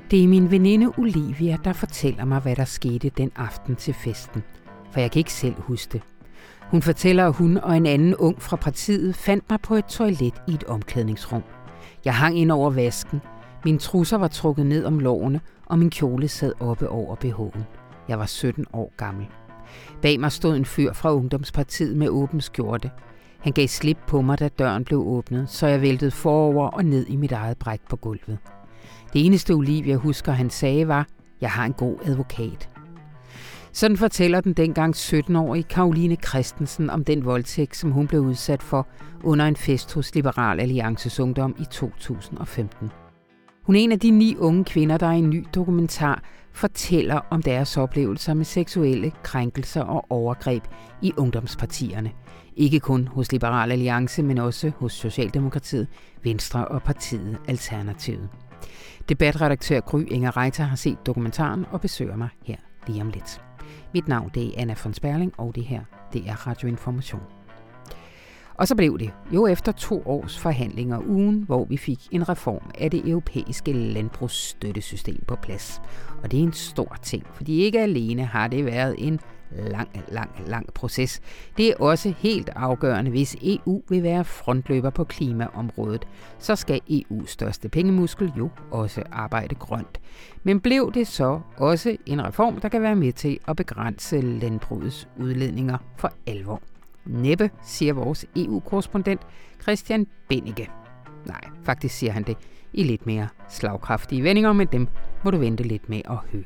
Det er min veninde Olivia, der fortæller mig, hvad der skete den aften til festen. For jeg kan ikke selv huske det. Hun fortæller, at hun og en anden ung fra partiet fandt mig på et toilet i et omklædningsrum. Jeg hang ind over vasken. Mine trusser var trukket ned om lårene, og min kjole sad oppe over BH'en. Jeg var 17 år gammel. Bag mig stod en fyr fra Ungdomspartiet med åben skjorte. Han gav slip på mig, da døren blev åbnet, så jeg væltede forover og ned i mit eget bræk på gulvet. Det eneste Olivia husker, han sagde, var, jeg har en god advokat. Sådan fortæller den dengang 17-årige Caroline Christensen om den voldtægt, som hun blev udsat for under en fest hos Liberal Alliances Ungdom i 2015. Hun er en af de 9 unge kvinder, der i en ny dokumentar fortæller om deres oplevelser med seksuelle krænkelser og overgreb i ungdomspartierne. Ikke kun hos Liberal Alliance, men også hos Socialdemokratiet, Venstre og partiet Alternativet. Debatredaktør Gry Inger Reiter har set dokumentaren og besøger mig her lige om lidt. Mit navn det er Anna von Sperling, og det her det er Radio Information. Og så blev det jo efter 2 års forhandlinger ugen, hvor vi fik en reform af det europæiske landbrugsstøttesystem på plads. Og det er en stor ting, fordi ikke alene har det været en lang proces. Det er også helt afgørende, hvis EU vil være frontløber på klimaområdet. Så skal EU's største pengemuskel jo også arbejde grønt. Men blev det så også en reform, der kan være med til at begrænse landbrugets udledninger for alvor? Næppe, siger vores EU-korrespondent Christian Bennike. Nej, faktisk siger han det i lidt mere slagkraftige vendinger, men dem må du vente lidt med at høre.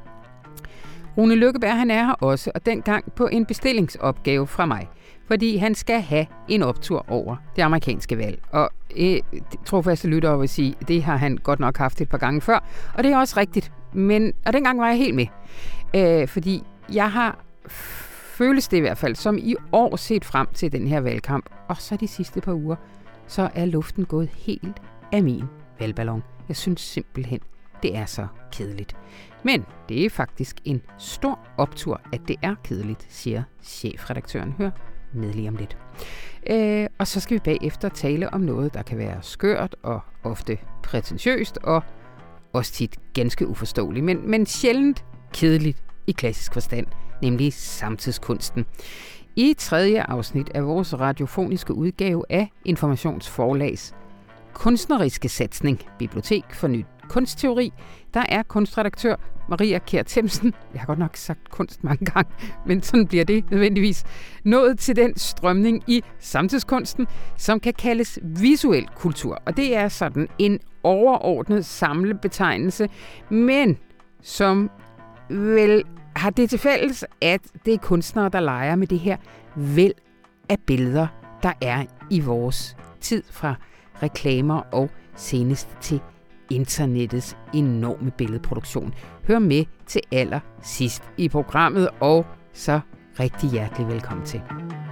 Rune Lykkeberg, han er her også, og dengang på en bestillingsopgave fra mig, fordi han skal have en optur over det amerikanske valg. Og trofaste lyttere vil sige, det har han godt nok haft et par gange før, og det er også rigtigt. Og dengang var jeg helt med, fordi jeg har føles det i hvert fald som i år set frem til den her valgkamp, og så de sidste par uger, så er luften gået helt af min valgballon. Jeg synes simpelthen, det er så kedeligt. Men det er faktisk en stor optur, at det er kedeligt, siger chefredaktøren. Hør med lige om lidt. Og så skal vi bagefter tale om noget, der kan være skørt og ofte prætentiøst og også tit ganske uforståeligt, men sjældent kedeligt i klassisk forstand, nemlig samtidskunsten. I 3. afsnit af vores radiofoniske udgave af Informationsforlags kunstneriske satsning, Bibliotek for Ny Kunstteori, der er kunstredaktør Maria Kjær Themsen, jeg har godt nok sagt kunst mange gange, men sådan bliver det nødvendigvis, nået til den strømning i samtidskunsten, som kan kaldes visuel kultur. Og det er sådan en overordnet samlebetegnelse, men som vel har det til fælles, at det er kunstnere, der leger med det her væld af billeder, der er i vores tid, fra reklamer og senest til internettets enorme billedproduktion. Hør med til allersidst i programmet, og så rigtig hjertelig velkommen til.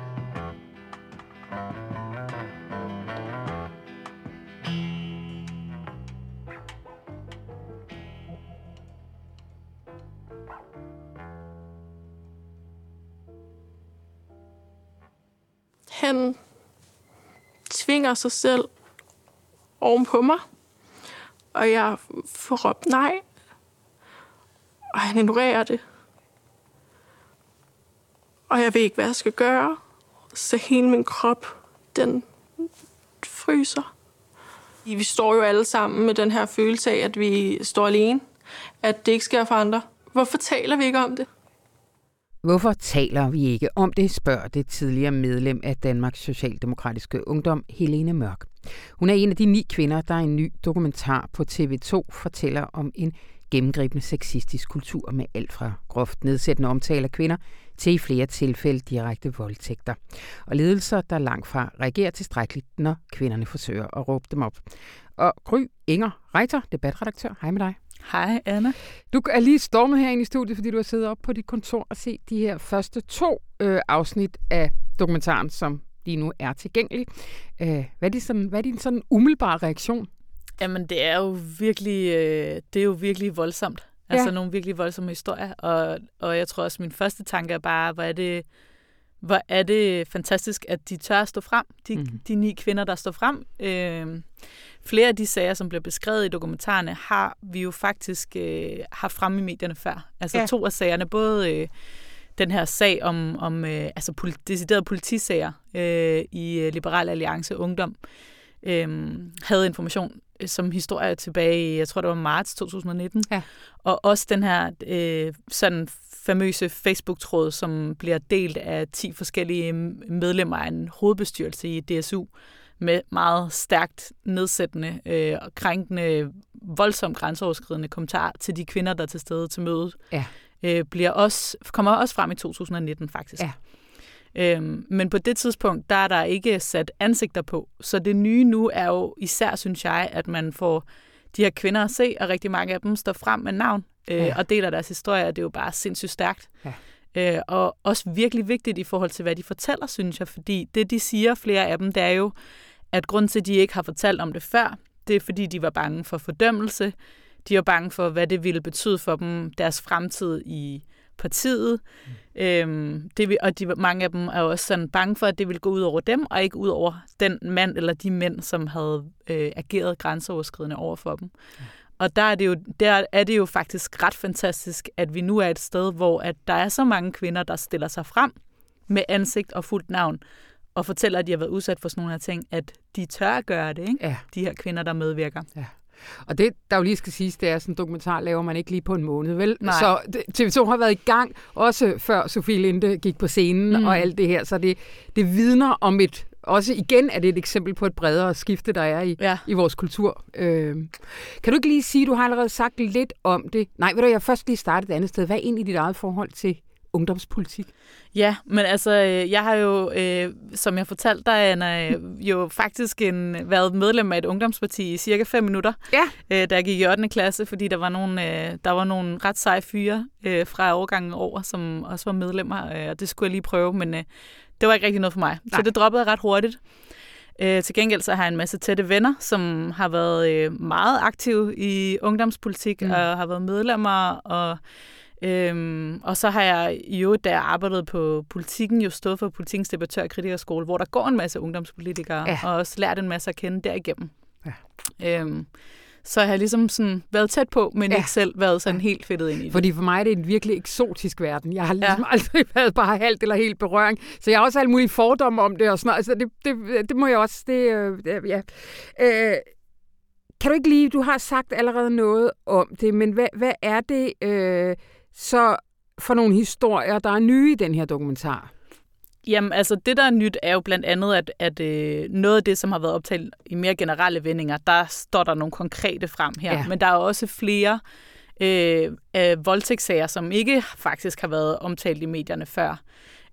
Han tvinger sig selv oven på mig, og jeg får råbt nej, og han ignorerer det. Og jeg ved ikke, hvad jeg skal gøre, så hele min krop, den fryser. Vi står jo alle sammen med den her følelse af, at vi står alene, at det ikke sker for andre. Hvorfor taler vi ikke om det? Hvorfor taler vi ikke om det, spørger det tidligere medlem af Danmarks Socialdemokratiske Ungdom, Helene Mørk. Hun er en af de 9 kvinder, der i en ny dokumentar på TV2 fortæller om en gennemgribende sexistisk kultur med alt fra groft nedsættende omtale af kvinder til i flere tilfælde direkte voldtægter. Og ledelser, der langt fra reagerer tilstrækkeligt, når kvinderne forsøger at råbe dem op. Og Gry Inger Reiter, debatredaktør. Hej med dig. Hej, Anna. Du er lige stormet herinde i studiet, fordi du har siddet op på dit kontor og set de her første 2 afsnit af dokumentaren, som lige nu er tilgængelig. Hvad er din sådan umiddelbare reaktion? Jamen, det er jo virkelig voldsomt. Altså nogle virkelig voldsomme historier. Og jeg tror også, min første tanke er bare, hvor hvor er det fantastisk, at de tør at stå frem, de 9 kvinder, der står frem. Flere af de sager, som bliver beskrevet i dokumentarerne, har vi jo faktisk haft fremme i medierne før. Altså 2 af sagerne, både den her sag om deciderede politisager i Liberal Alliance Ungdom, havde information som historie tilbage i, jeg tror det var marts 2019. Ja. Og også den her sådan famøse Facebook-tråd, som bliver delt af 10 forskellige medlemmer af en hovedbestyrelse i DSU, med meget stærkt nedsættende og krænkende, voldsomt grænseoverskridende kommentarer til de kvinder, der er til stede til mødet, kommer også frem i 2019 faktisk. Ja. Men på det tidspunkt, der er der ikke sat ansigter på. Så det nye nu er jo især, synes jeg, at man får de her kvinder at se, og rigtig mange af dem står frem med navn og deler deres historie, og det er jo bare sindssygt stærkt. Ja. Og også virkelig vigtigt i forhold til, hvad de fortæller, synes jeg, fordi det, de siger, flere af dem, det er jo, at grunden til, at de ikke har fortalt om det før, det er, fordi de var bange for fordømmelse. De var bange for, hvad det ville betyde for dem, deres fremtid i partiet. Mange af dem er også sådan bange for, at det ville gå ud over dem, og ikke ud over den mand eller de mænd, som havde ageret grænseoverskridende over for dem. Ja. Og der er det jo faktisk ret fantastisk, at vi nu er et sted, hvor at der er så mange kvinder, der stiller sig frem med ansigt og fuldt navn, og fortæller, at de har været udsat for sådan nogle her ting, at de tør at gøre det, ikke? Ja. De her kvinder, der medvirker. Ja. Og det, der jo lige skal siges, det er, sådan en dokumentar laver man ikke lige på en måned, vel? Nej. Så TV2 har været i gang, også før Sofie Linde gik på scenen og alt det her, så det vidner om også igen er det et eksempel på et bredere skifte, der er i vores kultur. Kan du ikke lige sige, du har allerede sagt lidt om det? Nej, ved du, jeg først lige startet et andet sted. Hvad er egentlig dit eget forhold til ungdomspolitik? Ja, men altså, jeg har jo, som jeg fortalte dig, jo faktisk været medlem af et ungdomsparti i cirka 5 minutter, da jeg gik i 8. klasse, fordi der var nogle ret seje fyre fra årgangen over, som også var medlemmer, og det skulle jeg lige prøve, men det var ikke rigtig noget for mig. Nej. Så det droppede ret hurtigt. Til gengæld så har jeg en masse tætte venner, som har været meget aktive i ungdomspolitik og har været medlemmer, og så har jeg jo, da jeg arbejdede på Politikken, jo stået for Politikens debattør- og kritikerskole, hvor der går en masse ungdomspolitikere, og også lært en masse at kende derigennem. Ja. Så jeg har ligesom sådan været tæt på, men ikke selv været sådan helt fedtet ind i det. Fordi for mig er det en virkelig eksotisk verden. Jeg har ligesom aldrig været bare halvt eller helt berøring. Så jeg har også alle mulige fordomme om det og sådan noget. Altså det må jeg også... Kan du ikke lige... Du har sagt allerede noget om det, men hvad er det så for nogle historier, der er nye i den her dokumentar? Jamen, altså det, der er nyt, er jo blandt andet, at noget af det, som har været optalt i mere generelle vendinger, der står der nogle konkrete frem her. Ja. Men der er også flere voldtægtssager, som ikke faktisk har været omtalt i medierne før.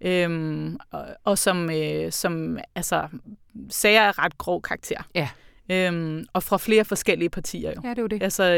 Og som altså, sager af ret grov karakter. Ja. Og fra flere forskellige partier jo. Ja, det er jo det. Altså,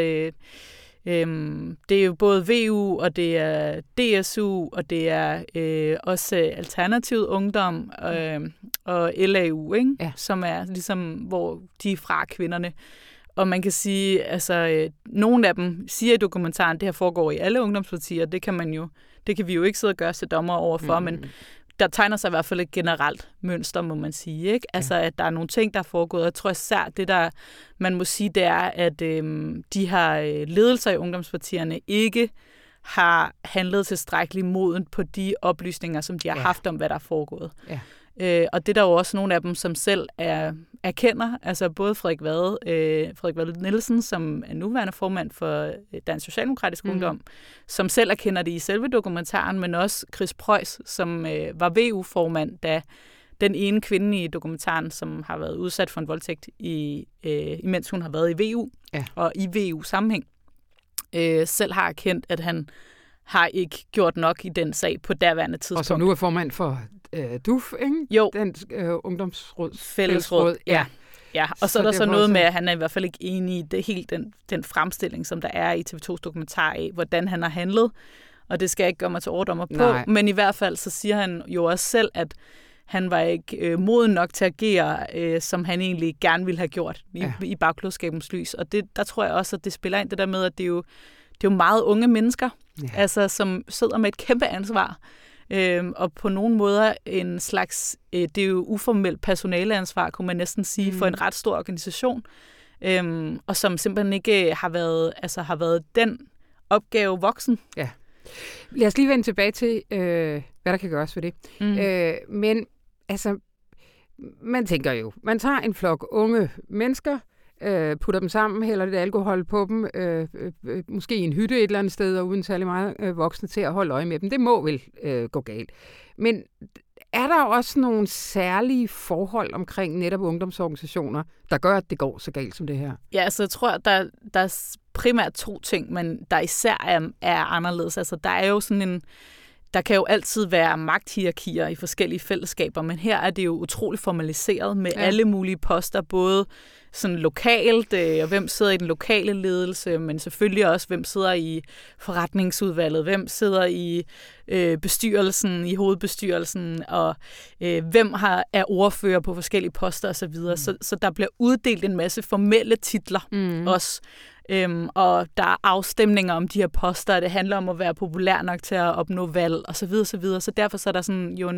det er jo både VU, og det er DSU, og det er også Alternativet Ungdom og LAU, ikke? Ja. Som er ligesom, hvor de er fra kvinderne. Og man kan sige, altså, nogle af dem siger i dokumentaren, det her foregår i alle ungdomspartier, det kan vi jo ikke sidde og gøre til dommer overfor, men der tegner sig i hvert fald et generelt mønster, må man sige, ikke? Altså, at der er nogle ting, der er foregået. Jeg tror især, det der, man må sige, det er, at de her ledelser i ungdomspartierne ikke har handlet tilstrækkeligt modent på de oplysninger, som de har haft om, hvad der er foregået. Ja. Og det er der jo også nogle af dem, som selv erkender, altså både Frederik Vad Nielsen, som er nuværende formand for Dansk Socialdemokratisk Ungdom, som selv erkender det i selve dokumentaren, men også Chris Preuss, som var VU-formand, da den ene kvinde i dokumentaren, som har været udsat for en voldtægt, imens hun har været i VU, og i VU-sammenhæng, selv har erkendt, at han har ikke gjort nok i den sag på derværende tidspunkt. Og som nu er formand for DUF, ikke? Jo. Den ungdomsråd. Fællesråd, ja. Ja, og så er der så noget med, at han er i hvert fald ikke enig i det helt den fremstilling, som der er i TV2's dokumentar af, hvordan han har handlet. Og det skal jeg ikke gøre mig til overdommer på. Nej. Men i hvert fald så siger han jo også selv, at han var ikke moden nok til at agere, som han egentlig gerne ville have gjort i bagklodskabens lys. Og der tror jeg også, at det spiller ind det der med, at det er jo meget unge mennesker, altså, som sidder med et kæmpe ansvar. Og på nogle måder en slags, det er jo uformelt personaleansvar, kunne man næsten sige, for en ret stor organisation, og som simpelthen ikke har været den opgave voksen. Ja. Lad os lige vende tilbage til, hvad der kan gøres for det. Men altså, man tænker jo, man tager en flok unge mennesker, putter dem sammen, hælder lidt alkohol på dem, måske i en hytte et eller andet sted, og uden særlig meget voksne til at holde øje med dem. Det må vel gå galt. Men er der også nogle særlige forhold omkring netop ungdomsorganisationer, der gør, at det går så galt som det her? Ja, altså jeg tror, der er primært 2 ting, men der især er anderledes. Altså der er jo sådan der kan jo altid være magthierarkier i forskellige fællesskaber, men her er det jo utroligt formaliseret med alle mulige poster, både sådan lokalt, og hvem sidder i den lokale ledelse, men selvfølgelig også, hvem sidder i forretningsudvalget, hvem sidder i bestyrelsen, i hovedbestyrelsen, og hvem er ordfører på forskellige poster osv. Så der bliver uddelt en masse formelle titler også. Og der er afstemninger om de her poster, og det handler om at være populær nok til at opnå valg osv. Så derfor så er der sådan jo en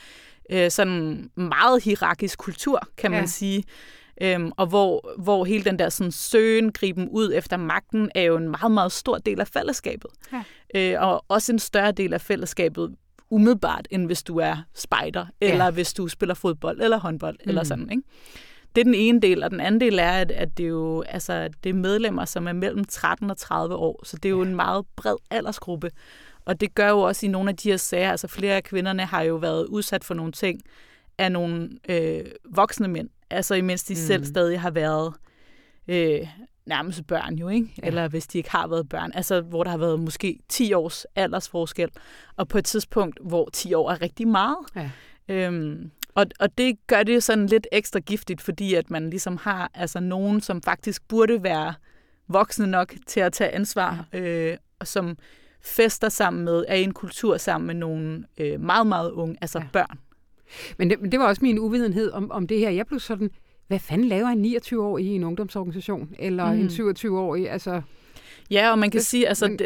meget hierarkisk kultur, kan man sige. Og hvor hele den der sådan søgen, griben ud efter magten, er jo en meget, meget stor del af fællesskabet. Ja. Og også en større del af fællesskabet umiddelbart, end hvis du er spejder, eller hvis du spiller fodbold eller håndbold, eller sådan, ikke? Det er den ene del, og den anden del er, at det jo det er medlemmer, som er mellem 13 og 30 år, så det er jo en meget bred aldersgruppe. Og det gør jo også i nogle af de her sager, altså flere af kvinderne har jo været udsat for nogle ting af nogle voksne mænd, altså imens de selv stadig har været nærmest børn jo, ikke? Ja. Eller hvis de ikke har været børn, altså hvor der har været måske 10 års aldersforskel, og på et tidspunkt, hvor 10 år er rigtig meget. Ja. Og det gør det sådan lidt ekstra giftigt, fordi at man ligesom har altså nogen, som faktisk burde være voksne nok til at tage ansvar, og som fester sammen med, er i en kultur sammen med nogle meget, meget unge, altså børn. Men det var også min uvidenhed om det her. Jeg blev sådan, hvad fanden laver en 29-årig i en ungdomsorganisation? Eller en 27-årig? Altså... Ja, og man kan sige, altså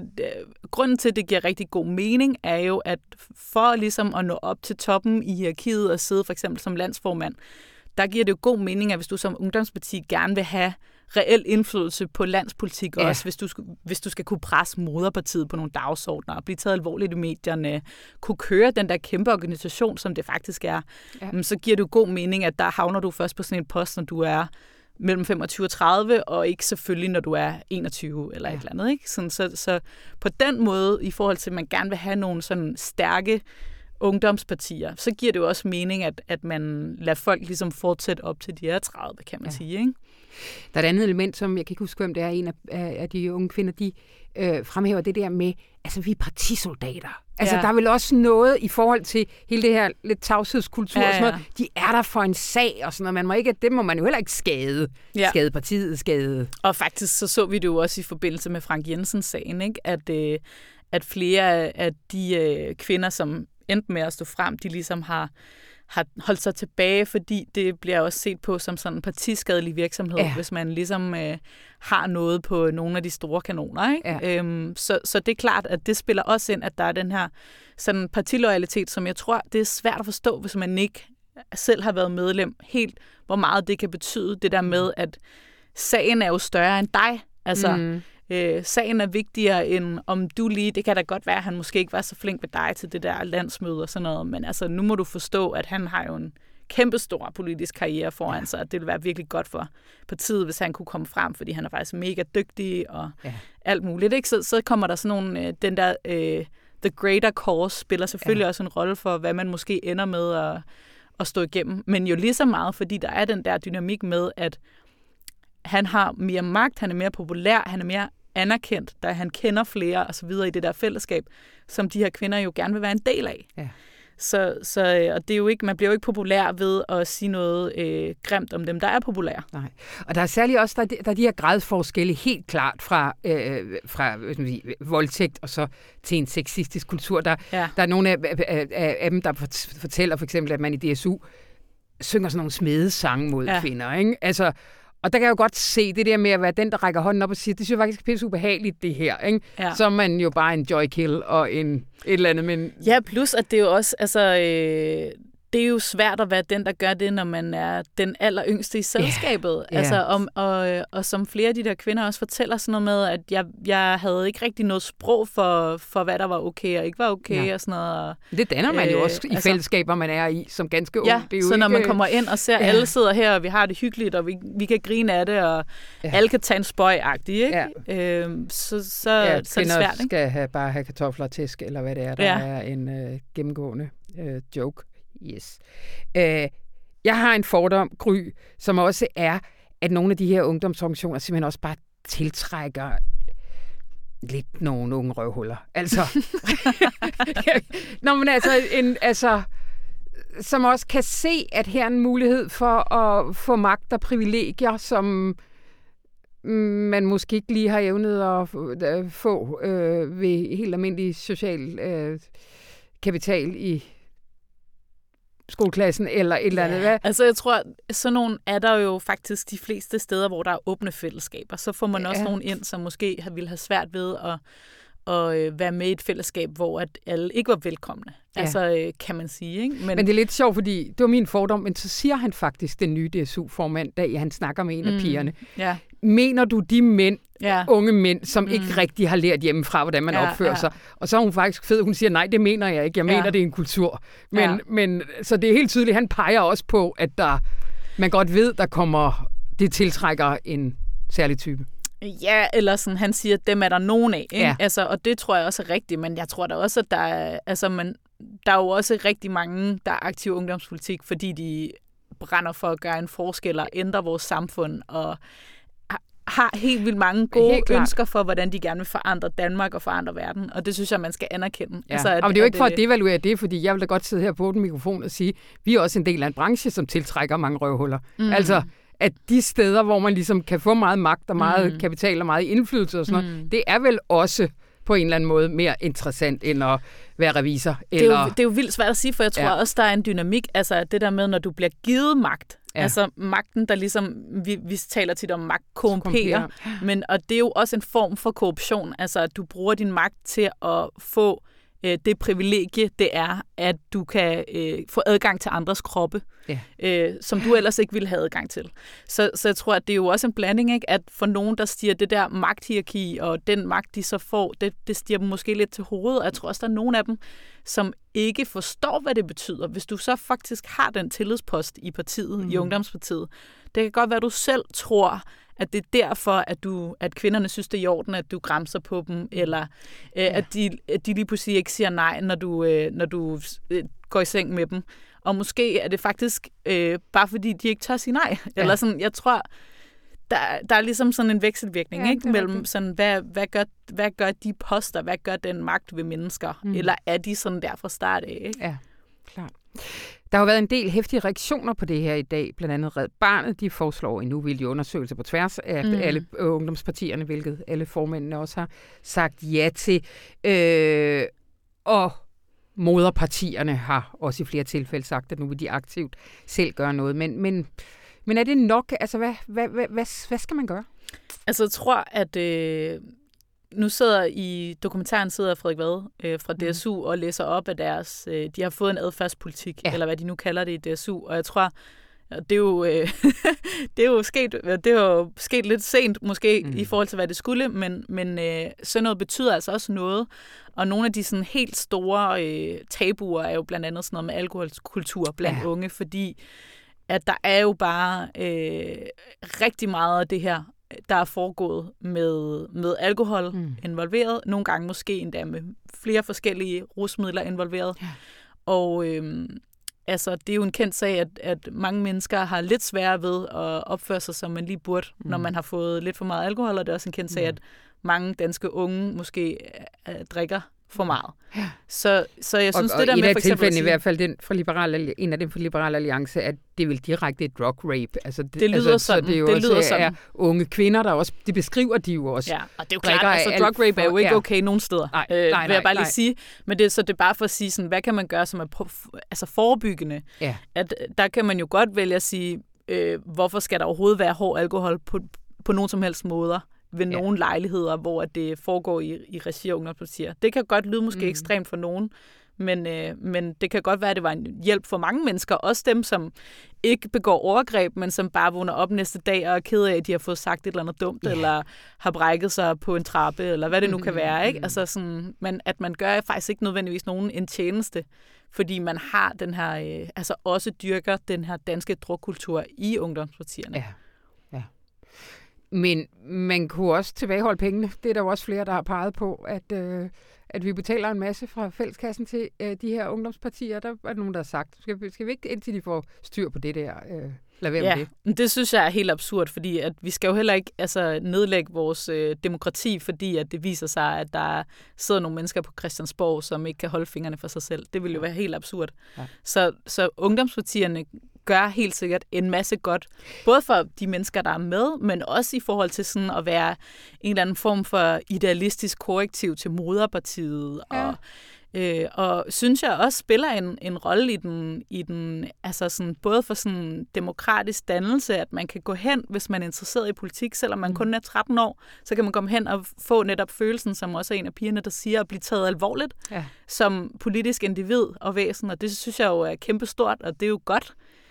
grunden til, at det giver rigtig god mening, er jo, at for ligesom at nå op til toppen i hierarkiet og sidde for eksempel som landsformand, der giver det jo god mening, at hvis du som ungdomsparti gerne vil have reel indflydelse på landspolitik, også hvis du skal kunne presse moderpartiet på nogle dagsordner og blive taget alvorligt i medierne, kunne køre den der kæmpe organisation, som det faktisk er, så giver det jo god mening, at der havner du først på sådan en post, når du er mellem 25 og 30, og ikke selvfølgelig, når du er 21 eller et eller andet. Ikke? Sådan, så på den måde, i forhold til, at man gerne vil have nogle sådan stærke ungdomspartier, så giver det jo også mening, at man lader folk ligesom fortsætte op til de her 30, kan man sige. Ikke? Der er et andet element, som jeg kan ikke huske, hvem det er, en af de unge kvinder, de fremhæver det der med, altså vi er partisoldater. Altså der er vel også noget i forhold til hele det her lidt tavshedskultur og sådan noget. De er der for en sag og sådan noget. Man må ikke, det må man jo heller ikke skade. Ja. Skade partiet, skade. Og faktisk så vi det jo også i forbindelse med Frank Jensen-sagen, ikke? At flere af de kvinder, som endte med at stå frem, de ligesom har holdt sig tilbage, fordi det bliver også set på som sådan en partiskadelig virksomhed, hvis man ligesom har noget på nogle af de store kanoner. Ikke? Ja. Så det er klart, at det spiller også ind, at der er den her sådan partiloyalitet, som jeg tror, det er svært at forstå, hvis man ikke selv har været medlem, helt hvor meget det kan betyde, det der med, at sagen er jo større end dig. Altså, sagen er vigtigere end om du lige, det kan da godt være, at han måske ikke var så flink ved dig til det der landsmøde og sådan noget, men altså nu må du forstå, at han har jo en kæmpestor politisk karriere foran sig, at det vil være virkelig godt for partiet, hvis han kunne komme frem, fordi han er faktisk mega dygtig og alt muligt. Ikke? Så kommer der sådan nogle, den der the greater cause spiller selvfølgelig også en rolle for, hvad man måske ender med at stå igennem, men jo lige så meget, fordi der er den der dynamik med, at han har mere magt, han er mere populær, han er mere anerkendt, da han kender flere og så videre i det der fællesskab, som de her kvinder jo gerne vil være en del af. Ja. Og det er jo ikke, man bliver jo ikke populær ved at sige noget grimt om dem, der er populære. Nej. Og der er særligt også, der er de her gradsforskelle helt klart fra voldtægt og så til en sexistisk kultur. Der er nogle af dem, der fortæller for eksempel, at man i DSU synger sådan nogle smedesange mod kvinder, ikke? Altså, Og der kan jeg jo godt se det der med at være den, der rækker hånden op og siger, det synes jeg faktisk er pisse ubehageligt, det her. Ikke? Ja. Så er man jo bare en joy kill og et eller andet. Men... Ja, plus at det er jo også, altså, det er jo svært at være den, der gør det, når man er den alleryngste i selskabet. Yeah. Altså, og som flere af de der kvinder også fortæller sådan noget med, at jeg havde ikke rigtig noget sprog for hvad der var okay og ikke var okay og sådan noget. Det danner man jo også i fællesskaber, man er i som ganske ung. Ja, det er jo så ikke... når man kommer ind og ser, alle sidder her, og vi har det hyggeligt, og vi kan grine af det, og alle kan tage en spøj-agtigt, ikke? Ja. Så er det svært, ikke? Skal bare have kartofler og tæsk, eller hvad det er, der er en gennemgående joke. Yes. Jeg har en fordom, Gry, som også er, at nogle af de her ungdomsorganisationer simpelthen også bare tiltrækker lidt nogle unge røvhuller. Altså, som også kan se, at her er en mulighed for at få magt og privilegier, som man måske ikke lige har evnet at få ved helt almindelig social kapital i skoleklassen eller et eller andet. Hvad? Altså jeg tror, sådan nogle er der jo faktisk de fleste steder, hvor der er åbne fællesskaber. Så får man også nogen ind, som måske ville have svært ved at være med i et fællesskab, hvor at alle ikke var velkomne. Ja. Altså, kan man sige. Ikke? Men det er lidt sjovt, fordi det var min fordom, men så siger han faktisk, den nye DSU-formand, da han snakker med en af pigerne. Ja. Mener du de mænd, unge mænd, som ikke rigtig har lært hjemmefra, hvordan man opfører sig? Og så er hun faktisk fed. Hun siger, nej, det mener jeg ikke. Jeg mener, det er en kultur. Men så det er helt tydeligt, han peger også på, at man godt ved, det tiltrækker en særlig type. Ja, eller sådan, han siger, at dem er der nogen af. Ikke? Ja. Altså, og det tror jeg også er rigtigt, men jeg tror da også, at der er jo også rigtig mange, der er aktive ungdomspolitik, fordi de brænder for at gøre en forskel og ændre vores samfund, og har helt vildt mange gode ønsker for, hvordan de gerne vil forandre Danmark og forandre verden, og det synes jeg, man skal anerkende. Ja. Altså, men det er jo ikke for at devaluere det, fordi jeg vil da godt sidde her på den mikrofon og sige, vi er også en del af en branche, som tiltrækker mange røvhuller. Altså, at de steder, hvor man ligesom kan få meget magt og meget kapital og meget indflydelse og sådan noget, det er vel også på en eller anden måde mere interessant, end at være revisor. Det er jo vildt svært at sige, for jeg tror også, der er en dynamik, altså det der med, når du bliver givet magt, altså magten, der ligesom, vi taler tit om magt korrumperer, og det er jo også en form for korruption, altså at du bruger din magt til at få det privilegie, det er, at du kan få adgang til andres kroppe, som du ellers ikke ville have adgang til. Så jeg tror, at det er jo også en blanding, ikke? At for nogen, der stiger det der magthierarki, og den magt, de så får, det stiger dem måske lidt til hovedet, og jeg tror også, der er nogen af dem, som ikke forstår, hvad det betyder. Hvis du så faktisk har den tillidspost i partiet, i Ungdomspartiet, det kan godt være, at du selv tror, at det er derfor, at kvinderne synes, det er i orden, at du gramser på dem, eller at de lige pludselig ikke siger nej, når du går i seng med dem. Og måske er det faktisk bare fordi, de ikke tør sige nej. Eller sådan, jeg tror, der er ligesom sådan en vekselvirkning, ikke? Mellem sådan, hvad gør de poster, hvad gør den magt ved mennesker? Eller er de sådan der fra start af? Ikke? Ja, klart. Der har jo været en del heftige reaktioner på det her i dag. Blandt andet Red Barnet, de foreslår en uvildig undersøgelse på tværs af alle ungdomspartierne, hvilket alle formændene også har sagt ja til. Og moderpartierne har også i flere tilfælde sagt, at nu vil de aktivt selv gøre noget. Men er det nok? Altså, hvad skal man gøre? Altså, jeg tror, at nu i dokumentaren sidder Frederik Vad fra DSU og læser op af deres, de har fået en adfærdspolitik, eller hvad de nu kalder det i DSU, og jeg tror, det er jo, det er jo sket lidt sent måske i forhold til, hvad det skulle, men sådan noget betyder altså også noget, og nogle af de sådan helt store tabuer er jo blandt andet sådan noget med alkoholkultur blandt unge, fordi at der er jo bare rigtig meget af det her, der er foregået med alkohol involveret, nogle gange måske endda med flere forskellige rusmidler involveret. Ja. Og altså, det er jo en kendt sag, at mange mennesker har lidt sværere ved at opføre sig, som man lige burde, når man har fået lidt for meget alkohol, og det er også en kendt sag, at mange danske unge måske drikker for meget. Ja. Så jeg synes, det der med for eksempel at sige, i hvert fald en af dem fra Liberal Alliance, at det vil direkte et drug rape. Altså, det lyder sådan. Så det er jo også er unge kvinder, der også, det beskriver de jo også. Ja, og det er jo klart, altså drug rape er jo ikke okay nogen steder. Nej, vil jeg bare lige sige. Men det er bare for at sige, sådan, hvad kan man gøre, som er forebyggende? Ja. At der kan man jo godt vælge at sige, hvorfor skal der overhovedet være hård alkohol på nogen som helst måder ved nogle lejligheder, hvor det foregår i regi af ungdomspartier. Det kan godt lyde måske ekstremt for nogen, men det kan godt være, at det var en hjælp for mange mennesker, også dem, som ikke begår overgreb, men som bare vågner op næste dag og er ked af, at de har fået sagt et eller andet dumt, eller har brækket sig på en trappe, eller hvad det nu kan være. Ikke? Altså sådan, men at man gør faktisk ikke nødvendigvis nogen en tjeneste, fordi man har den her, også dyrker den her danske drukkultur i ungdomspartierne. Ja. Men man kunne også tilbageholde pengene. Det er der jo også flere, der har peget på, at vi betaler en masse fra fælleskassen til de her ungdomspartier. Der er nogen, der har sagt, skal vi ikke, indtil de får styr på det der, lad være med det? Det synes jeg er helt absurd, fordi at vi skal jo heller ikke nedlægge vores demokrati, fordi at det viser sig, at der sidder nogle mennesker på Christiansborg, som ikke kan holde fingrene for sig selv. Det vil jo være helt absurd. Ja. Så ungdomspartierne gør helt sikkert en masse godt, både for de mennesker, der er med, men også i forhold til sådan at være en eller anden form for idealistisk korrektiv til moderpartiet, og synes jeg også spiller en rolle i den altså sådan, både for sådan demokratisk dannelse, at man kan gå hen, hvis man er interesseret i politik, selvom man kun er 13 år, så kan man komme hen og få netop følelsen, som også er en af pigerne, der siger, at blive taget alvorligt som politisk individ og væsen, og det synes jeg jo er kæmpestort, og det er jo godt.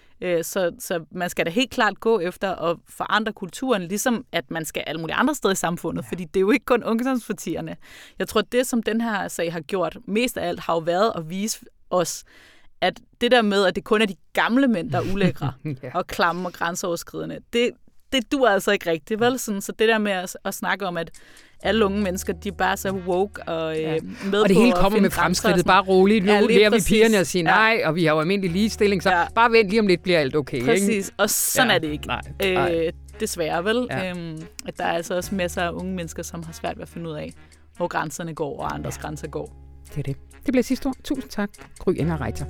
Så man skal da helt klart gå efter at forandre kulturen, ligesom at man skal alle mulige andre steder i samfundet, fordi det er jo ikke kun ungdomspartierne. Jeg tror, det som den her sag har gjort mest af alt, har jo været at vise os, at det der med, at det kun er de gamle mænd, der er ulækre og klamme og grænseoverskridende, det duer altså ikke rigtigt, vel? Sådan, så det der med at snakke om, at alle unge mennesker, de er bare så woke og med og det hele kommer med fremskridtet, bare roligt. Nu lærer vi pigerne at sige nej, og vi har jo almindelig ligestilling, så bare vent lige om lidt, bliver alt okay. Præcis, ikke? Og sådan er det ikke. Nej. Desværre, vel? Ja. At der er altså også masser af unge mennesker, som har svært ved at finde ud af, hvor grænserne går, og andres grænser går. Det er det. Det bliver sidste ord. Tusind tak, Gry Inger Reiter.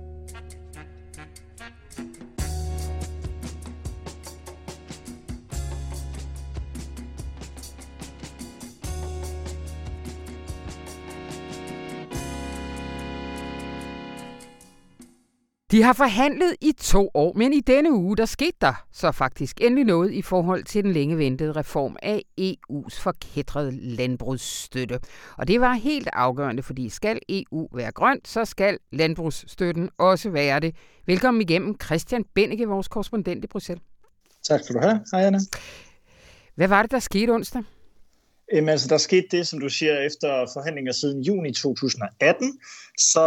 De har forhandlet i 2 år, men i denne uge, der skete der så faktisk endelig noget i forhold til den længe ventede reform af EU's forkætrede landbrugsstøtte. Og det var helt afgørende, fordi skal EU være grønt, så skal landbrugsstøtten også være det. Velkommen igennem, Christian Bennike, vores korrespondent i Bruxelles. Tak skal du have. Hej, Anna. Hvad var det, der skete onsdag? Der skete det, som du siger, efter forhandlinger siden juni 2018, så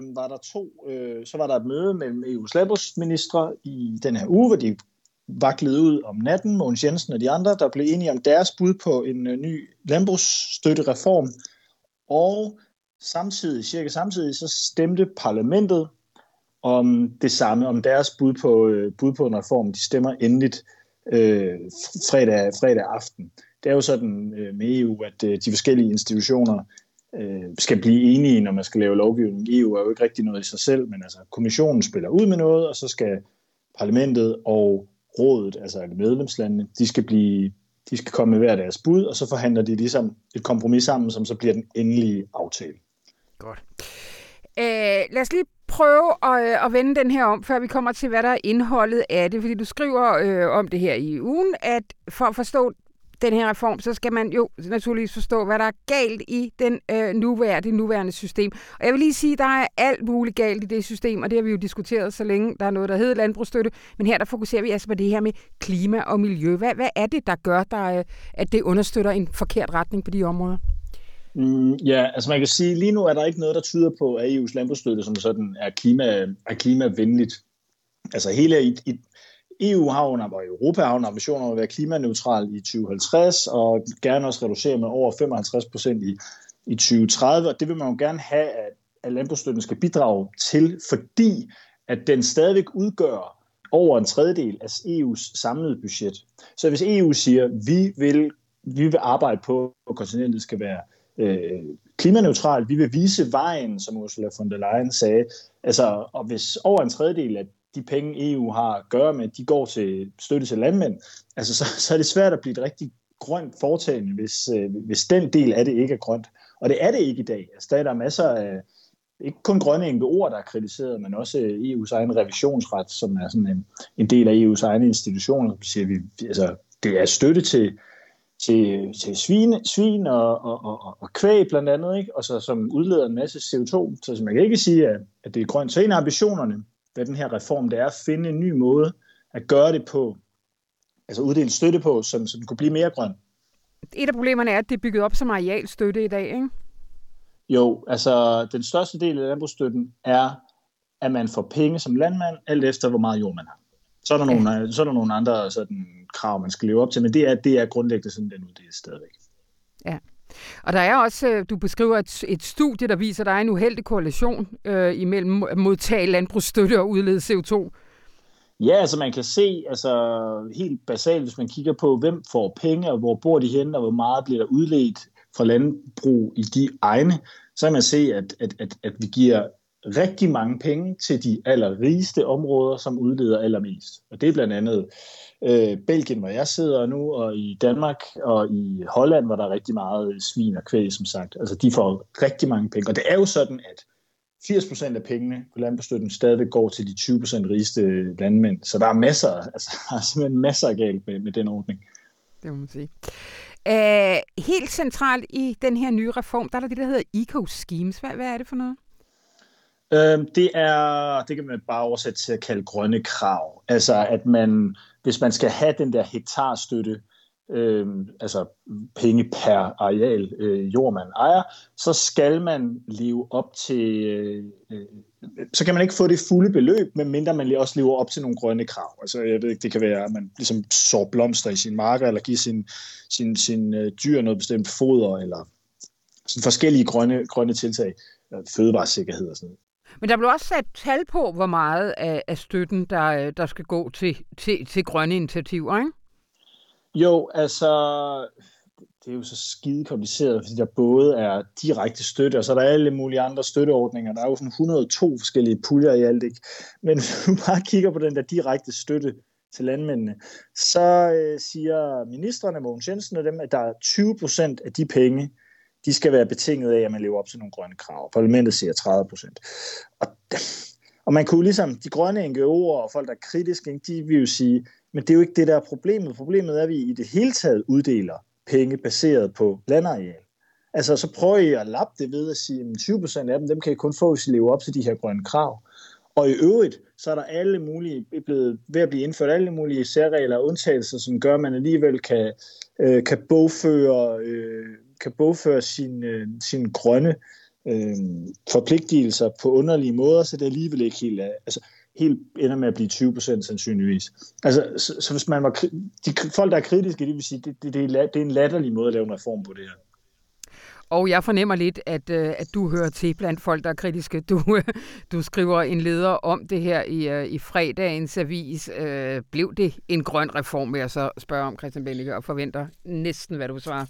var der et møde mellem EU's landbrugsministre i den her uge, hvor de vaklede ud om natten, Mogens Jensen og de andre, der blev enige om deres bud på en ny landbrugsstøttereform, og cirka samtidig, så stemte parlamentet om det samme, om deres bud på en reform. De stemmer endeligt fredag aften. Det er jo sådan med EU, at de forskellige institutioner skal blive enige, når man skal lave lovgivning. EU er jo ikke rigtig noget i sig selv, men altså kommissionen spiller ud med noget, og så skal parlamentet og rådet, altså medlemslandene, de skal komme med hver deres bud, og så forhandler de ligesom et kompromis sammen, som så bliver den endelige aftale. Godt. Lad os lige prøve at vende den her om, før vi kommer til, hvad der er indholdet af det, fordi du skriver om det her i ugen, at for at forstå den her reform, så skal man jo naturligvis forstå, hvad der er galt i det nuværende system. Og jeg vil lige sige, at der er alt muligt galt i det system, og det har vi jo diskuteret så længe. Der er noget, der hedder landbrugsstøtte, men her der fokuserer vi altså på det her med klima og miljø. Hvad er det, der gør, at det understøtter en forkert retning på de områder? Altså man kan sige, lige nu er der ikke noget, der tyder på, at EU's landbrugsstøtte som sådan er klimavenligt. Altså hele EU har og Europa har en ambition om at være klimaneutral i 2050, og gerne også reducere med over 55% i 2030, og det vil man jo gerne have, at landbrugsstøtten skal bidrage til, fordi at den stadigvæk udgør over en tredjedel af EU's samlede budget. Så hvis EU siger, vi vil arbejde på, at kontinentet skal være klimaneutral, vi vil vise vejen, som Ursula von der Leyen sagde, altså, og hvis over en tredjedel af de penge, EU har at gøre med, de går til støtte til landmænd, altså så er det svært at blive et rigtig grønt foretagende, hvis den del af det ikke er grønt. Og det er det ikke i dag. Altså, der er masser ikke kun grønne NGO'er, der er kritiseret, men også EU's egen revisionsret, som er sådan en del af EU's egne institutioner, som siger, altså, det er støtte til svin og kvæg blandt andet, ikke? Og så, som udleder en masse CO2. Så man kan ikke sige, at det er grønt. Så en af ambitionerne ved den her reform, det er at finde en ny måde at gøre det på, altså uddele støtte på, som kunne blive mere grøn. Et af problemerne er, at det er bygget op som arealstøtte i dag, ikke? Jo, altså den største del af landbrugsstøtten er, at man får penge som landmand, alt efter hvor meget jord man har. Så er der nogle andre sådan krav, man skal leve op til, men det er grundlæggende sådan, den uddeles stadigvæk. Ja, og der er også, du beskriver et studie, der viser, at der er en uheldig korrelation imellem at modtage landbrugsstøtte og udlede CO2. Ja, altså man kan se, altså helt basalt, hvis man kigger på, hvem får penge, og hvor bor de henne, og hvor meget bliver der udledt fra landbrug i de egne, så kan man se, at vi giver rigtig mange penge til de allerrigeste områder, som udleder allermest. Og det er blandt andet Belgien, hvor jeg sidder nu, og i Danmark og i Holland, hvor der er rigtig meget svin og kvæg, som sagt. Altså de får rigtig mange penge. Og det er jo sådan, at 80% af pengene på landbrugsstøtten stadig går til de 20% rigeste landmænd. Så der er masser, altså der er simpelthen masser af galt med den ordning. Det må man sige. Helt centralt i den her nye reform, der er det, der hedder eco-schemes. Hvad er det for noget? Det kan man bare oversætte til at kalde grønne krav. Altså at hvis man skal have den der hektarstøtte, altså penge per areal jord man ejer, så skal man leve op til, så kan man ikke få det fulde beløb, medmindre man også lever op til nogle grønne krav. Altså jeg ved ikke, det kan være, at man ligesom sår blomster i sine marker, eller giver sin dyr noget bestemt foder, eller sådan forskellige grønne tiltag, fødevaresikkerhed og sådan noget. Men der blev også sat tal på, hvor meget af støtten, der skal gå til grønne initiativer, ikke? Jo, altså, det er jo så skide kompliceret, fordi der både er direkte støtte, og så er der alle mulige andre støtteordninger. Der er jo sådan 102 forskellige puljer i alt, ikke? Men hvis du bare kigger på den der direkte støtte til landmændene, så siger ministrene, Mogens Jensen og dem, at der er 20% af de penge, de skal være betinget af, at man lever op til nogle grønne krav. Parlamentet siger 30%. Og man kunne ligesom, de grønne NGO'er og folk, der er kritiske, de vil jo sige, men det er jo ikke det, der er problemet. Problemet er, at vi i det hele taget uddeler penge baseret på landareal. Altså, så prøver I at lappe det ved at sige, at 20% af dem kan I kun få, hvis I lever op til de her grønne krav. Og i øvrigt, så er der alle mulige, ved at blive indført alle mulige særregler og undtagelser, som gør, at man alligevel kan bogføre sine grønne forpligtelser på underlige måder, så det alligevel ikke helt ender med at blive 20% sandsynligvis. Altså, så hvis man var de folk, der er kritiske, de vil sige, det er en latterlig måde at lave en reform på det her. Og jeg fornemmer lidt, at du hører til blandt folk, der er kritiske. Du skriver en leder om det her i fredagens avis. Blev det en grøn reform, vil jeg så spørge om, Christian Belliker, og forventer næsten, hvad du svarer.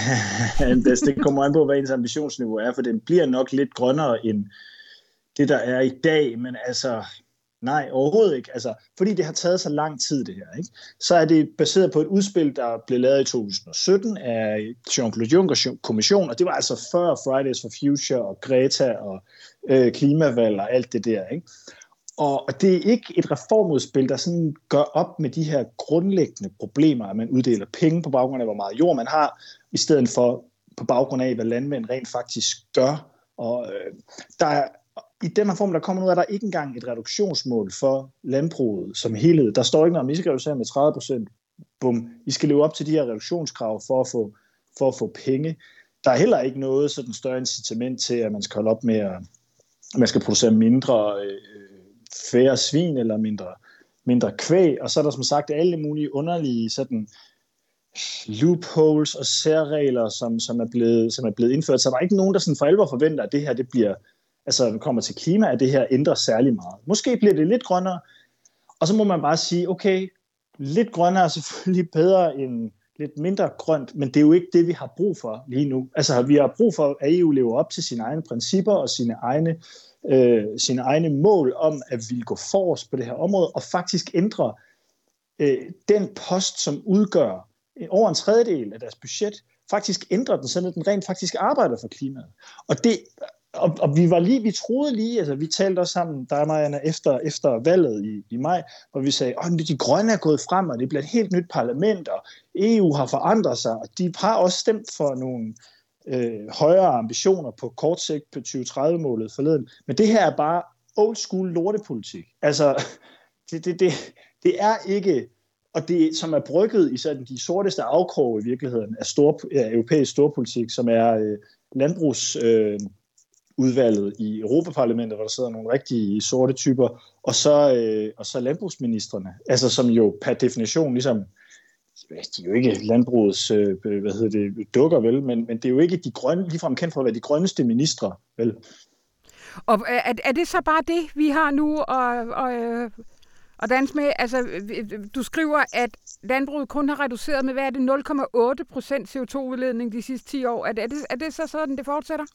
Det kommer an på, hvad ens ambitionsniveau er, for den bliver nok lidt grønnere end det, der er i dag, men altså... Nej, overhovedet ikke. Altså, fordi det har taget så lang tid, det her, ikke? Så er det baseret på et udspil, der blev lavet i 2017 af Jean-Claude Junckers kommission, og det var altså før Fridays for Future og Greta og klimavalg og alt det der, ikke? Og det er ikke et reformudspil, der sådan gør op med de her grundlæggende problemer, at man uddeler penge på baggrund af, hvor meget jord man har, i stedet for på baggrund af, hvad landmænd rent faktisk gør. Og der er i den her form, der kommer ud af, der ikke engang et reduktionsmål for landbruget som helhed. Der står ikke noget om, I skal reducere med 30%. Bum. I skal leve op til de her reduktionskrav for at få penge. Der er heller ikke noget sådan større incitament til, at man skal holde op med at man skal producere mindre færre svin eller mindre kvæg. Og så er der som sagt alle mulige underlige sådan loopholes og særregler, som er blevet indført. Så der er ikke nogen, der sådan for alvor forventer, at det her det bliver altså, når det kommer til klima, at det her ændrer særlig meget. Måske bliver det lidt grønnere, og så må man bare sige, okay, lidt grønnere er selvfølgelig bedre end lidt mindre grønt, men det er jo ikke det, vi har brug for lige nu. Altså, vi har brug for, at EU lever op til sine egne principper og sine egne mål om, at vi går forrest på det her område, og faktisk ændre den post, som udgør over en tredjedel af deres budget, faktisk ændre den, så den rent faktisk arbejder for klimaet. Og Og vi troede lige, altså vi talte også sammen, der og Marianne, efter valget i maj, hvor vi sagde, de grønne er gået frem, og det bliver et helt nyt parlament, og EU har forandret sig, og de har også stemt for nogle højere ambitioner på kort sigt på 2030-målet forleden. Men det her er bare old school lortepolitik. Altså, det er ikke, og det som er brygget i sådan de sorteste afkrog i virkeligheden af europæisk storpolitik, som er landbrugsudvalget i Europaparlamentet, hvor der sidder nogle rigtige sorte typer, og så landbrugsministrene, altså som jo per definition ligesom, de er jo ikke landbrugets dukker, vel, men det er jo ikke de grønne, ligefrem kendt for at være de grønneste ministre, vel. Og er det så bare det, vi har nu og danse med? Altså, du skriver, at landbruget kun har reduceret med, hvad er det, 0,8% CO2-udledning de sidste 10 år. Er det så sådan, det fortsætter?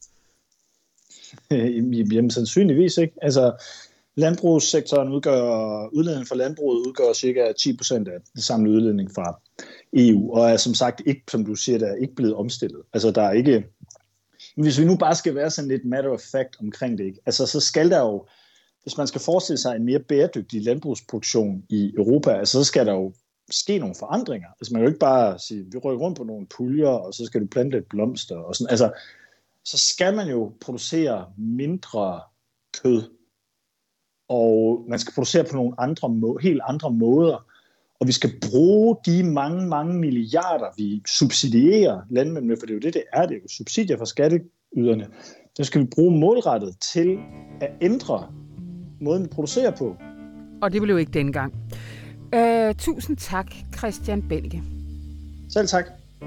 Jamen, sandsynligvis ikke. Altså, udledningen fra landbruget udgør cirka 10% af den samlede udledning fra EU, og er som sagt ikke, som du siger, der er ikke blevet omstillet. Altså, der er ikke... Hvis vi nu bare skal være sådan lidt matter of fact omkring det, ikke? Altså, så skal der jo, hvis man skal forestille sig en mere bæredygtig landbrugsproduktion i Europa, altså, så skal der jo ske nogle forandringer. Altså, man kan jo ikke bare sige, vi rykker rundt på nogle puljer, og så skal du plante lidt blomster, og sådan. Altså, så skal man jo producere mindre kød, og man skal producere på nogle helt andre måder, og vi skal bruge de mange, mange milliarder, vi subsidierer landmænd med, for det er jo det er jo subsidier fra skatteyderne. Det skal vi bruge målrettet til at ændre måden, vi producerer på. Og det blev jo ikke dengang. Tusind tak, Christian Belge. Selv tak.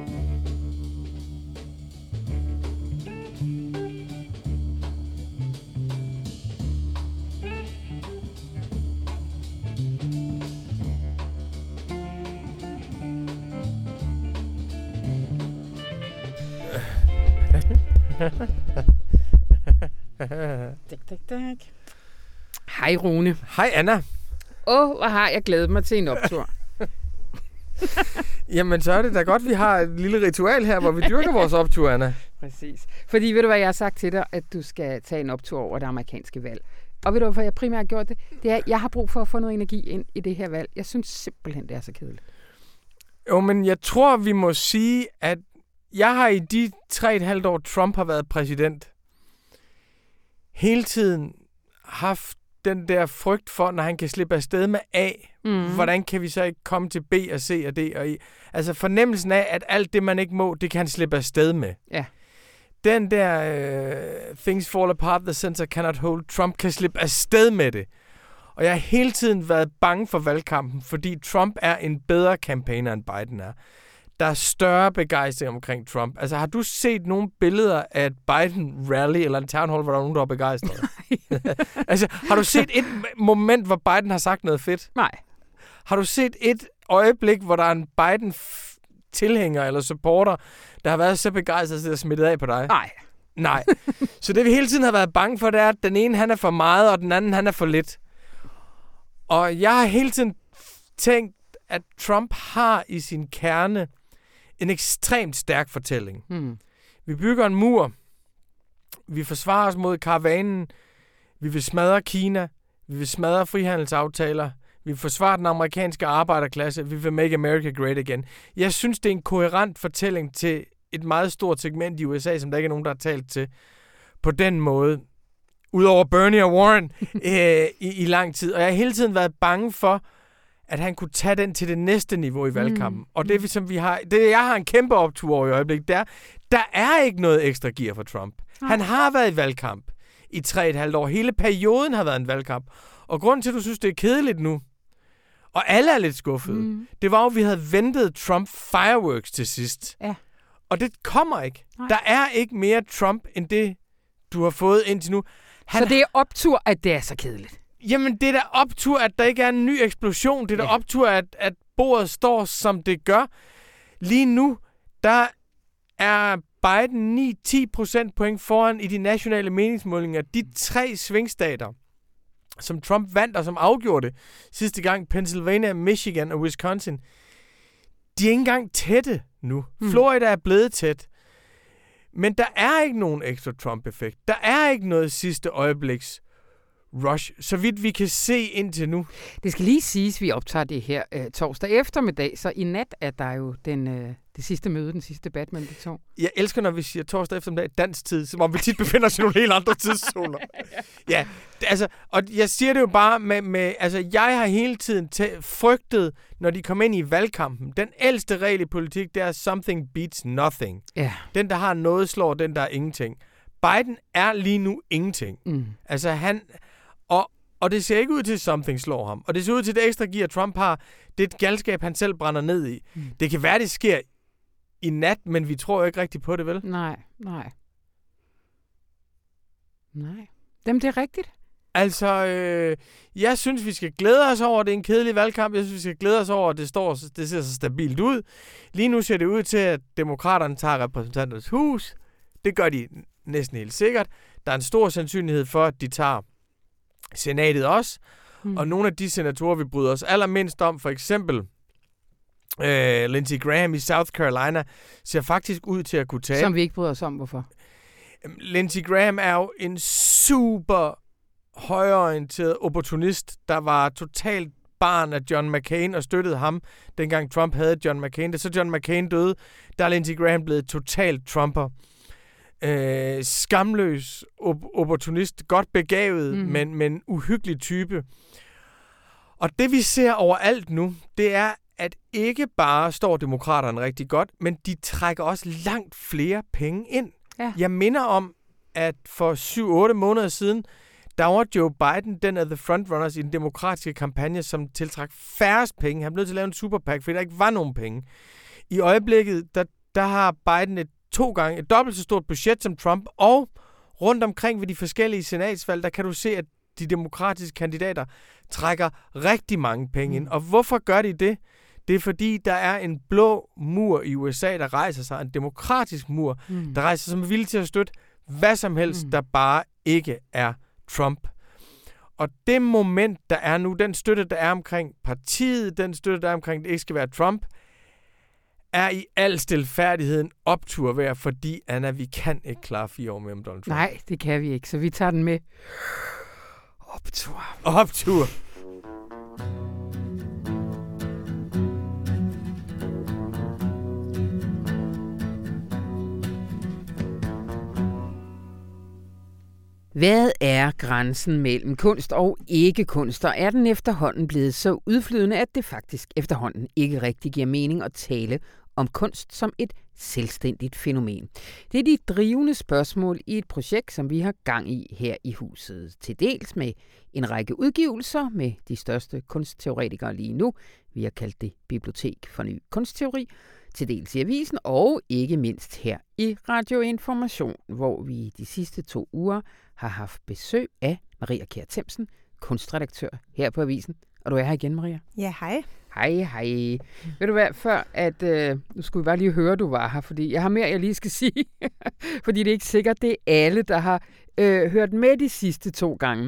Hej Rune. Hej Anna. Hvor har jeg glædet mig til en optur. Jamen så er det da godt, vi har et lille ritual her, hvor vi dyrker vores optur, Anna. Præcis. Fordi ved du hvad, jeg har sagt til dig, at du skal tage en optur over det amerikanske valg. Og ved du hvorfor jeg primært har gjort det? Det er, at jeg har brug for at få noget energi ind i det her valg. Jeg synes simpelthen, det er så kedeligt. Jo, men jeg tror, vi må sige, at jeg har i de 3,5 år, Trump har været præsident, hele tiden haft den der frygt for, når han kan slippe afsted med A, hvordan kan vi så ikke komme til B og C og D og E? Altså fornemmelsen af, at alt det, man ikke må, det kan han slippe afsted med. Ja. Den der things fall apart, the sensor cannot hold, Trump kan slippe afsted med det. Og jeg har hele tiden været bange for valgkampen, fordi Trump er en bedre campaigner, end Biden er. Der er større begejstring omkring Trump. Altså, har du set nogle billeder af et Biden-rally eller en town hall, hvor der er nogen, der er begejstret? Altså, har du set et moment, hvor Biden har sagt noget fedt? Nej. Har du set et øjeblik, hvor der er en Biden-tilhænger eller supporter, der har været så begejstret, at det er smittet af på dig? Nej. Så det vi hele tiden har været bange for, det er, at den ene han er for meget, og den anden han er for lidt. Og jeg har hele tiden tænkt, at Trump har i sin kerne en ekstremt stærk fortælling. Vi bygger en mur. Vi forsvarer os mod karavanen. Vi vil smadre Kina. Vi vil smadre frihandelsaftaler. Vi vil forsvare den amerikanske arbejderklasse. Vi vil make America great again. Jeg synes, det er en koherent fortælling til et meget stort segment i USA, som der ikke er nogen, der har talt til på den måde. Udover Bernie og Warren i lang tid. Og jeg har hele tiden været bange for, at han kunne tage den til det næste niveau i valgkampen. Og det, som vi har, det jeg har en kæmpe optur over i øjeblikket, der er ikke noget ekstra gear for Trump. Han har været i valgkamp i 3,5 år. Hele perioden har været en valgkamp. Og grunden til, at du synes, det er kedeligt nu, og alle er lidt skuffede, det var jo, at vi havde ventet Trump fireworks til sidst. Ja. Og det kommer ikke. Nej. Der er ikke mere Trump, end det, du har fået indtil nu. Så det er optur, at det er så kedeligt? Jamen, det er da optur, at der ikke er en ny eksplosion. Det er da optur, at bordet står, som det gør. Lige nu, der er Biden 9-10 procentpoint foran i de nationale meningsmålinger. De 3 svingstater, som Trump vandt og som afgjorde det sidste gang, Pennsylvania, Michigan og Wisconsin, de er ikke engang tætte nu. Florida er blevet tæt. Men der er ikke nogen ekstra Trump-effekt. Der er ikke noget sidste øjebliks rush, så vidt vi kan se indtil nu. Det skal lige siges, at vi optager det her torsdag eftermiddag, så i nat er der jo det sidste møde, den sidste debat mellem de to. Jeg elsker, når vi siger torsdag eftermiddag dansk tid, som om vi tit befinder os i nogle helt andre tidszoner. Ja, altså, og jeg siger det jo bare med altså, jeg har hele tiden frygtet, når de kommer ind i valgkampen. Den ældste regel i politik, det er something beats nothing. Ja. Den, der har noget, slår den, der er ingenting. Biden er lige nu ingenting. Altså, han... Og det ser ikke ud til, at something slår ham. Og det ser ud til, at det ekstra gear, Trump har, det er et galskab, han selv brænder ned i. Det kan være, det sker i nat, men vi tror jo ikke rigtigt på det, vel? Nej. Jamen, det er rigtigt. Altså, jeg synes, vi skal glæde os over, at det er en kedelig valgkamp. Jeg synes, vi skal glæde os over, at det ser så stabilt ud. Lige nu ser det ud til, at demokraterne tager repræsentanternes hus. Det gør de næsten helt sikkert. Der er en stor sandsynlighed for, at de tager senatet også. Og nogle af de senatorer, vi bryder os allermindst om, for eksempel Lindsey Graham i South Carolina, ser faktisk ud til at kunne tage. Som vi ikke bryder os om, hvorfor? Lindsey Graham er jo en super højreorienteret opportunist, der var totalt barn af John McCain og støttede ham, dengang Trump havde John McCain. Da så John McCain døde, der er Lindsey Graham blevet totalt Trumper. Skamløs opportunist, godt begavet, men uhyggelig type. Og det vi ser overalt nu, det er, at ikke bare står demokraterne rigtig godt, men de trækker også langt flere penge ind. Ja. Jeg minder om, at for 7-8 måneder siden, der var Joe Biden den af the frontrunners i den demokratiske kampagne, som tiltrak færrest penge. Han blev til at lave en super PAC, fordi der ikke var nogen penge. I øjeblikket, der har Biden et dobbelt så stort budget som Trump, og rundt omkring ved de forskellige senatsvalg, der kan du se, at de demokratiske kandidater trækker rigtig mange penge ind. Og hvorfor gør de det? Det er fordi, der er en blå mur i USA, der rejser sig, en demokratisk mur, der rejser sig, som er villig til at støtte hvad som helst, der bare ikke er Trump. Og det moment, der er nu, den støtte, der er omkring partiet, den støtte, der er omkring, det ikke skal være Trump, er i al stilfærdigheden optur værd, fordi, Anna, vi kan ikke klare 4 år med om Donald Trump. Nej, det kan vi ikke, så vi tager den med Optur. Hvad er grænsen mellem kunst og ikke-kunst, og er den efterhånden blevet så udflydende, at det faktisk efterhånden ikke rigtig giver mening at tale om kunst som et selvstændigt fænomen? Det er de drivende spørgsmål i et projekt, som vi har gang i her i huset. Til dels med en række udgivelser med de største kunstteoretikere lige nu. Vi har kaldt det Bibliotek for Ny Kunstteori. Til dels i avisen og ikke mindst her i Radio Information, hvor vi de sidste 2 uger har haft besøg af Maria Kjær Themsen, kunstredaktør her på avisen. Og du er her igen, Maria. Ja, hej. Hej. Ved du hvad, før at nu skulle vi bare lige høre, du var her, fordi jeg har mere, jeg lige skal sige. Fordi det er ikke sikkert, det er alle, der har hørt med de sidste 2 gange.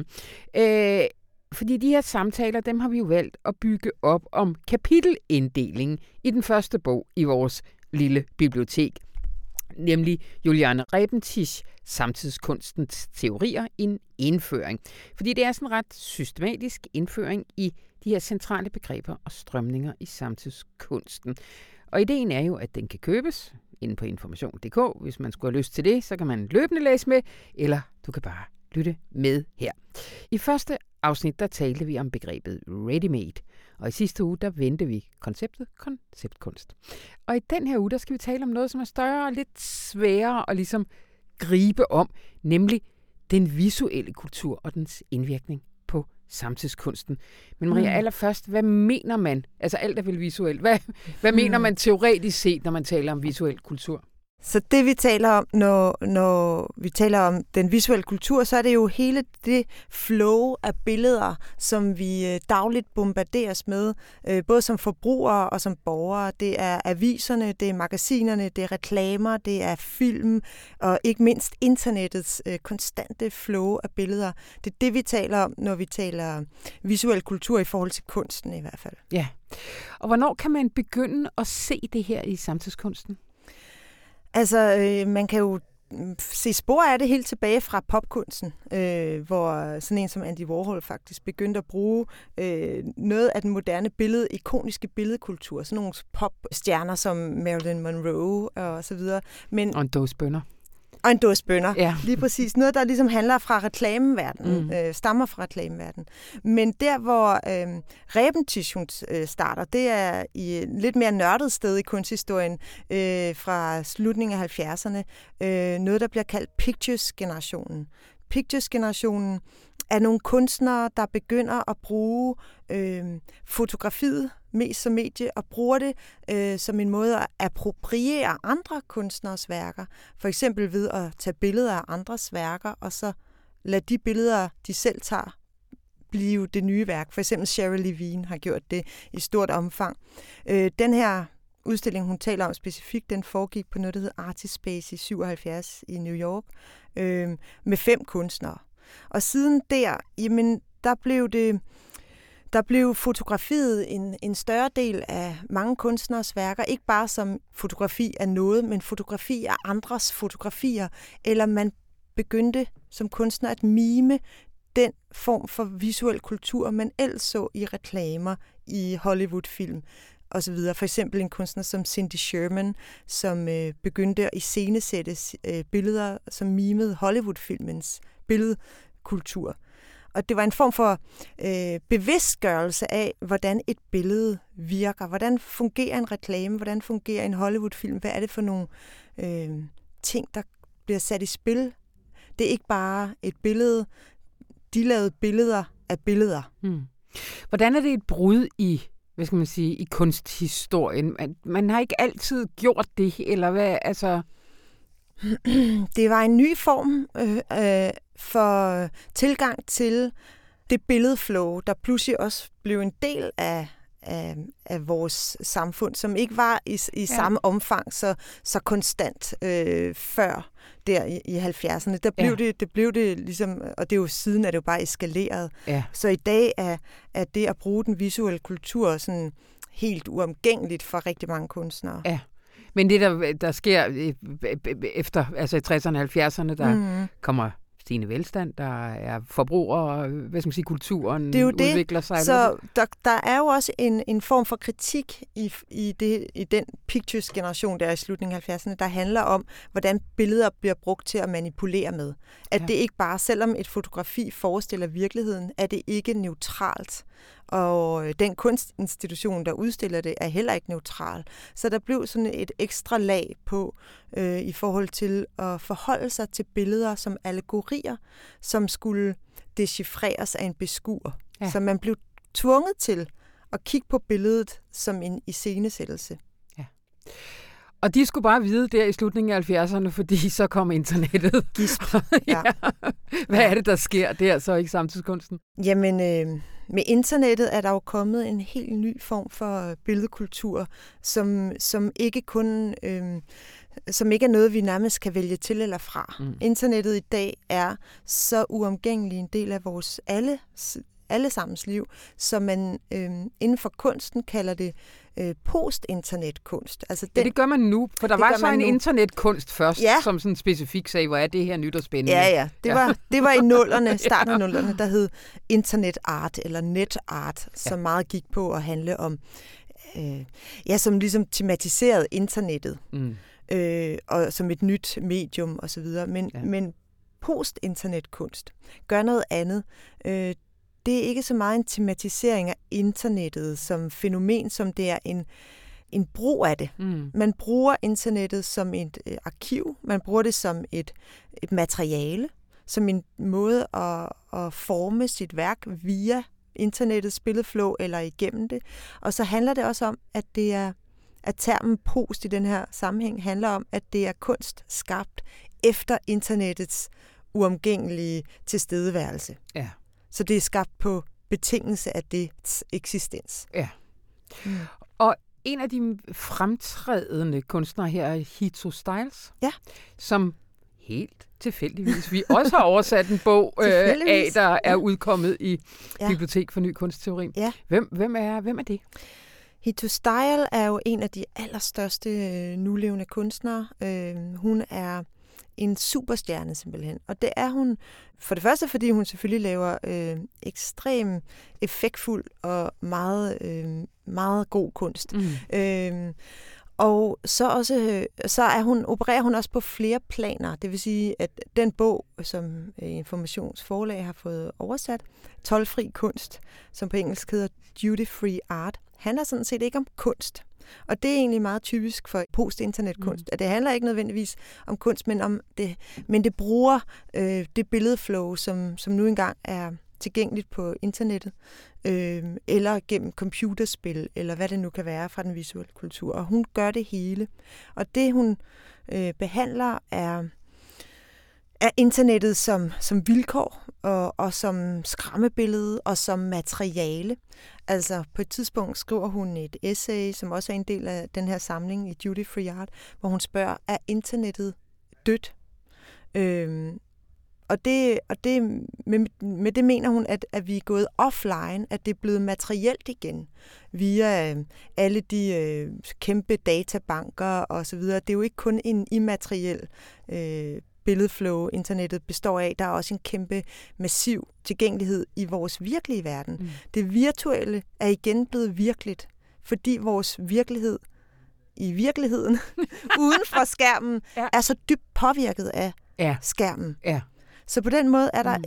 Fordi de her samtaler, dem har vi jo valgt at bygge op om kapitelinddelingen i den første bog i vores lille bibliotek. Nemlig Juliane Rebentisch, Samtidskunstens teorier, en indføring. Fordi det er sådan en ret systematisk indføring i de her centrale begreber og strømninger i samtidskunsten. Og ideen er jo, at den kan købes inde på information.dk. Hvis man skulle have lyst til det, så kan man løbende læse med, eller du kan bare lytte med her. I første afsnit, der talte vi om begrebet ready-made, og i sidste uge, der vendte vi konceptet konceptkunst. Og i den her uge, der skal vi tale om noget, som er større og lidt sværere at ligesom gribe om, nemlig den visuelle kultur og dens indvirkning på samtidskunsten. Men Maria, allerførst, hvad mener man? Altså alt er vel visuelt. Hvad mener man teoretisk set, når man taler om visuel kultur? Så det vi taler om, når vi taler om den visuelle kultur, så er det jo hele det flow af billeder, som vi dagligt bombarderes med, både som forbrugere og som borgere. Det er aviserne, det er magasinerne, det er reklamer, det er film, og ikke mindst internettets konstante flow af billeder. Det er det, vi taler om, når vi taler visuel kultur i forhold til kunsten i hvert fald. Ja, og hvornår kan man begynde at se det her i samtidskunsten? Altså, man kan jo se spor af det helt tilbage fra popkunsten, hvor sådan en som Andy Warhol faktisk begyndte at bruge noget af den moderne ikoniske billedkultur, sådan nogle popstjerner som Marilyn Monroe og så videre. Og en dåse bønner. Og en dåse bønner, ja. Lige præcis. Noget, der ligesom handler fra reklameverdenen, stammer fra reklameverdenen. Men der, hvor Rebentition starter, det er i et lidt mere nørdet sted i kunsthistorien fra slutningen af 70'erne. Noget, der bliver kaldt Pictures-generationen. Pictures-generationen er nogle kunstnere, der begynder at bruge fotografiet mest som medie, og bruger det som en måde at appropriere andre kunstneres værker. For eksempel ved at tage billeder af andres værker, og så lade de billeder, de selv tager, blive det nye værk. For eksempel Sheryl Levine har gjort det i stort omfang. Den her udstilling, hun taler om specifikt, den foregik på noget, der hedder Artispace i 77 i New York, med 5 kunstnere. Og siden der, jamen, der blev fotografiet en større del af mange kunstneres værker, ikke bare som fotografi af noget, men fotografi af andres fotografier, eller man begyndte som kunstner at mime den form for visuel kultur, man ellers så i reklamer, i Hollywood-film osv. For eksempel en kunstner som Cindy Sherman, som begyndte at iscenesætte billeder, som mimede Hollywood-filmens billedkultur. Og det var en form for bevidstgørelse af, hvordan et billede virker. Hvordan fungerer en reklame? Hvordan fungerer en Hollywood-film? Hvad er det for nogle ting, der bliver sat i spil? Det er ikke bare et billede. De lavede billeder af billeder. Hvordan er det et brud i, hvad skal man sige, i kunsthistorien? Man har ikke altid gjort det, eller hvad? Altså... Det var en ny form for tilgang til det billedflow, der pludselig også blev en del af vores samfund, som ikke var i samme omfang så konstant før der i 70'erne. Der blev det ligesom, og det er jo siden, at det jo bare eskaleret. Ja. Så i dag er det at bruge den visuelle kultur sådan helt uomgængeligt for rigtig mange kunstnere. Ja. Men det, der sker efter, altså i 60'erne og 70'erne, der kommer stigende velstand, der er forbruger, og hvad skal man sige, kulturen udvikler sig. Så der er jo også en form for kritik i den Pictures-generation, der er i slutningen af 70'erne, der handler om, hvordan billeder bliver brugt til at manipulere med. At det ikke bare, selvom et fotografi forestiller virkeligheden, er det ikke neutralt. Og den kunstinstitution, der udstiller det, er heller ikke neutral. Så der blev sådan et ekstra lag på i forhold til at forholde sig til billeder som allegorier, som skulle dechiffreres af en beskuer. Ja. Så man blev tvunget til at kigge på billedet som en iscenesættelse. Ja. Og de skulle bare vide der i slutningen af 70'erne, fordi så kom internettet. Gisp. Ja. Hvad er det, der sker der så i samtidskunsten? Jamen, med internettet er der jo kommet en helt ny form for billedkultur, som ikke kun som ikke er noget, vi nærmest kan vælge til eller fra. Internettet i dag er så uomgængelig en del af vores allesammens liv, som man inden for kunsten kalder det post-internetkunst. Altså det gør man nu, for der var så en internetkunst først, som sådan specifikt sagde, hvor er det her nyt og spændende. Ja. Det var i nullerne, starten af nullerne, der hed internetart eller netart, som meget gik på at handle om, som ligesom tematiserede internettet, og som et nyt medium osv. Men post-internetkunst gør noget andet. Det er ikke så meget en tematisering af internettet som fænomen, som det er en brug af det. Man bruger internettet som et arkiv, man bruger det som et materiale, som en måde at forme sit værk via internettets billedflow eller igennem det. Og så handler det også om, at det er at termen post i den her sammenhæng handler om, at det er kunst skabt efter internettets uomgængelige tilstedeværelse. Ja. Så det er skabt på betingelse af dets eksistens. Ja. Og en af de fremtrædende kunstnere her er Hito Steyls, som helt tilfældigvis vi også har oversat en bog af, der er udkommet i Bibliotek for Ny Kunstteori. Ja. Hvem er det? Hito Steyl er jo en af de allerstørste nulevende kunstnere. Hun er en superstjerne simpelthen. Og det er hun for det første, fordi hun selvfølgelig laver ekstrem effektfuld og meget god kunst. Og så opererer hun også på flere planer. Det vil sige, at den bog, som Informationsforlag har fået oversat, Toldfri kunst, som på engelsk hedder Duty Free Art, handler sådan set ikke om kunst. Og det er egentlig meget typisk for post-internetkunst, at det handler ikke nødvendigvis om kunst, men det bruger det billedflow, som nu engang er tilgængeligt på internettet, eller gennem computerspil, eller hvad det nu kan være fra den visuelle kultur. Og hun gør det hele. Og det, hun behandler, er internettet som vilkår, og som skræmmebillede, og som materiale. Altså på et tidspunkt skriver hun et essay, som også er en del af den her samling i Duty Free Art, hvor hun spørger, er internettet dødt? Og med det mener hun, at vi er gået offline, at det er blevet materielt igen, via alle de kæmpe databanker og så videre. Det er jo ikke kun en immateriel billedflow, internettet består af. Der er også en kæmpe massiv tilgængelighed i vores virkelige verden. Det virtuelle er igen blevet virkeligt, fordi vores virkelighed i virkeligheden uden for skærmen er så dybt påvirket af skærmen. Ja. Så på den måde er der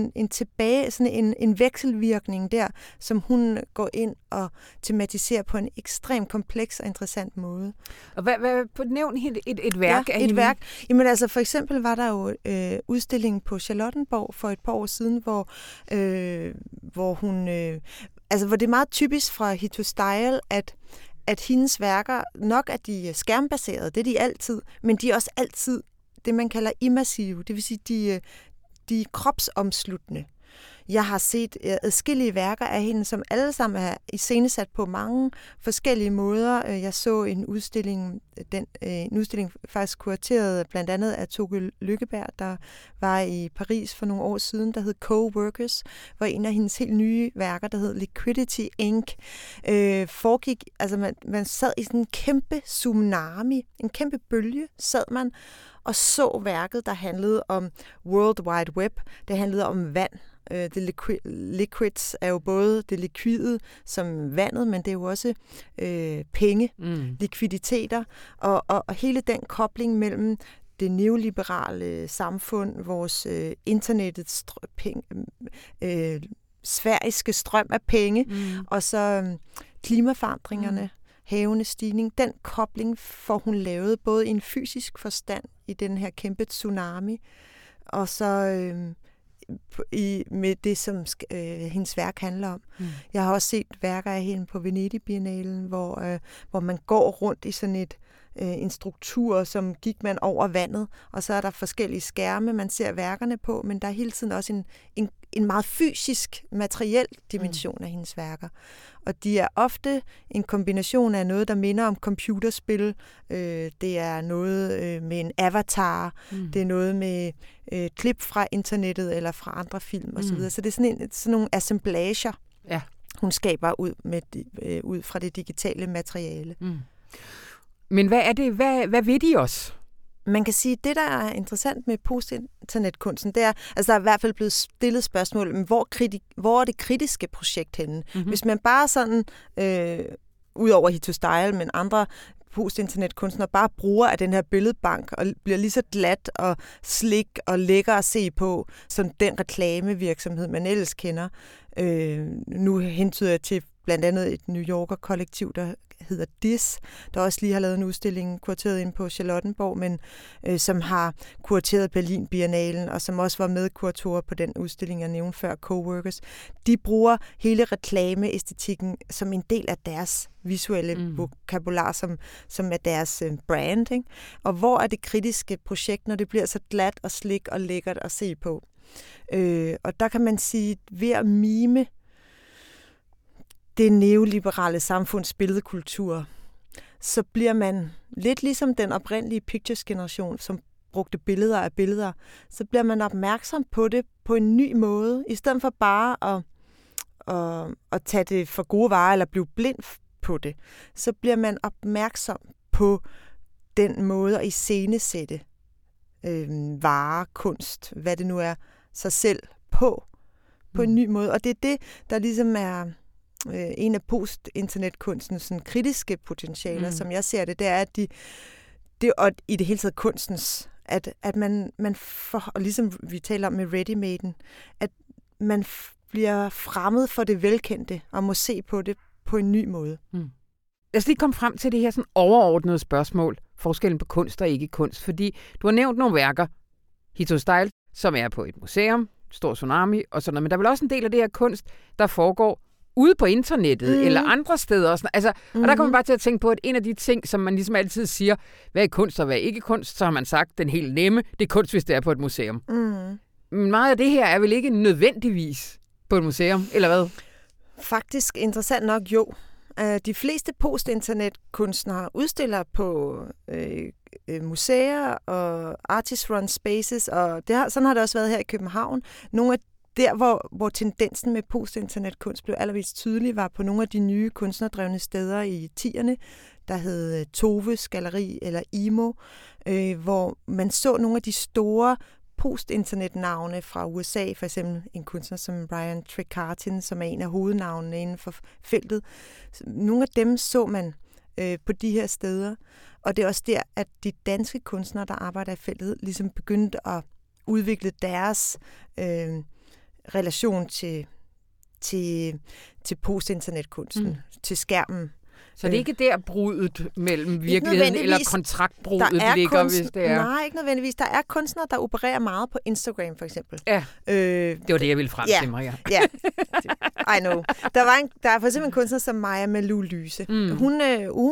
en vekselvirkning der, som hun går ind og tematiserer på en ekstremt kompleks og interessant måde. Og nævn et værk af et værk. Jamen altså, for eksempel var der jo udstillingen på Charlottenborg for et par år siden, hvor hun... hvor det er meget typisk fra Hito Steyerl, at hendes værker nok er de skærmbaserede, det er de altid, men de er også altid det, man kalder immersive, det vil sige, de er kropsomsluttende. Jeg har set adskillige værker af hende, som alle sammen er iscenesat på mange forskellige måder. Jeg så en udstilling faktisk kurateret blandt andet af Toke Lykkeberg, der var i Paris for nogle år siden, der hed Co-Workers, hvor en af hendes helt nye værker, der hed Liquidity Inc., foregik, altså man sad i sådan en kæmpe tsunami, en kæmpe bølge, sad man og så værket, der handlede om World Wide Web. Det handlede om vand. Liquids er jo både det likvide som vandet, men det er jo også penge, likviditeter, og hele den kobling mellem det neoliberale samfund, vores internettets sfæriske strøm af penge, og så klimaforandringerne, havenes stigning. Den kobling får hun lavet både i en fysisk forstand i den her kæmpe tsunami, og så med det, som hendes værk handler om. Jeg har også set værker af hende på Venedig Biennalen, hvor man går rundt i sådan en struktur, som gik man over vandet, og så er der forskellige skærme, man ser værkerne på, men der er hele tiden også en meget fysisk, materiel dimension af hendes værker. Og de er ofte en kombination af noget, der minder om computerspil. Det er noget med en avatar. Det er noget med klip fra internettet eller fra andre film osv. Så det er sådan nogle assemblager, hun skaber ud fra det digitale materiale. Men hvad er det? Hvad ved de også? Man kan sige, at det, der er interessant med post-internetkunsten, det er, altså der er i hvert fald blevet stillet spørgsmål, hvor er det kritiske projekt henne? Hvis man bare sådan, ud over Hito Steyerl, men andre post-internetkunstnere bare bruger af den her billedbank og bliver lige så glat og slik og lækker at se på, som den reklamevirksomhed, man ellers kender. Nu hentyder jeg til blandt andet et New Yorker-kollektiv, der hedder DIS, der også lige har lavet en udstilling kurateret ind på Charlottenborg, men som har kurateret Berlin Biennalen, og som også var medkuratorer på den udstilling, jeg nævnte før, Co-Workers. De bruger hele reklameæstetikken som en del af deres visuelle vokabular, som er deres brand. Ikke? Og hvor er det kritiske projekt, når det bliver så glat og slik og lækkert at se på? Og der kan man sige, ved at mime det neoliberale samfunds billedkultur, så bliver man lidt ligesom den oprindelige Pictures-generation, som brugte billeder af billeder, så bliver man opmærksom på det på en ny måde, i stedet for bare at tage det for gode varer eller blive blind på det. Så bliver man opmærksom på den måde at iscenesætte vare, kunst, hvad det nu er, sig selv på en ny måde. Og det er det, der ligesom er en af post-internetkunstens sådan kritiske potentialer, som jeg ser det, det er, at det og i det hele taget kunstens, at man får, og ligesom vi taler om med ready-maden, at man bliver fremmed for det velkendte, og må se på det på en ny måde. Lad os lige komme frem til det her sådan overordnede spørgsmål, forskellen på kunst og ikke kunst, fordi du har nævnt nogle værker, Hito Style, som er på et museum, Stor Tsunami og sådan noget, men der er vel også en del af det her kunst, der foregår ude på internettet eller andre steder. Og, sådan. Altså, og der kommer man bare til at tænke på, at en af de ting, som man ligesom altid siger, hvad er kunst og hvad er ikke kunst, så har man sagt den helt nemme, det er kunst, hvis det er på et museum. Men meget af det her er vel ikke nødvendigvis på et museum, eller hvad? Faktisk interessant nok, jo. De fleste post-internet-kunstnere udstiller på museer og artist-run spaces, og sådan har det også været her i København. Nogle af der, hvor tendensen med post-internet-kunst blev allervis tydelig, var på nogle af de nye kunstnerdrevne steder i 10'erne, der hed Toves Galleri eller IMO, hvor man så nogle af de store post-internet-navne fra USA, for eksempel en kunstner som Ryan Trecartin, som er en af hovednavnene inden for feltet. Nogle af dem så man på de her steder, og det er også der, at de danske kunstnere, der arbejder i feltet, ligesom begyndte at udvikle deres relation til post-internetkunsten, til skærmen. Så det er ikke der brudet mellem virkeligheden eller kontraktbrudet ligger, hvis det er? Nej, ikke nødvendigvis. Der er kunstnere, der opererer meget på Instagram, for eksempel. Ja, det var det, jeg ville frem til, Maria. Ja, I know. Der er for eksempel en kunstner som Maja Malou Lyse. Hun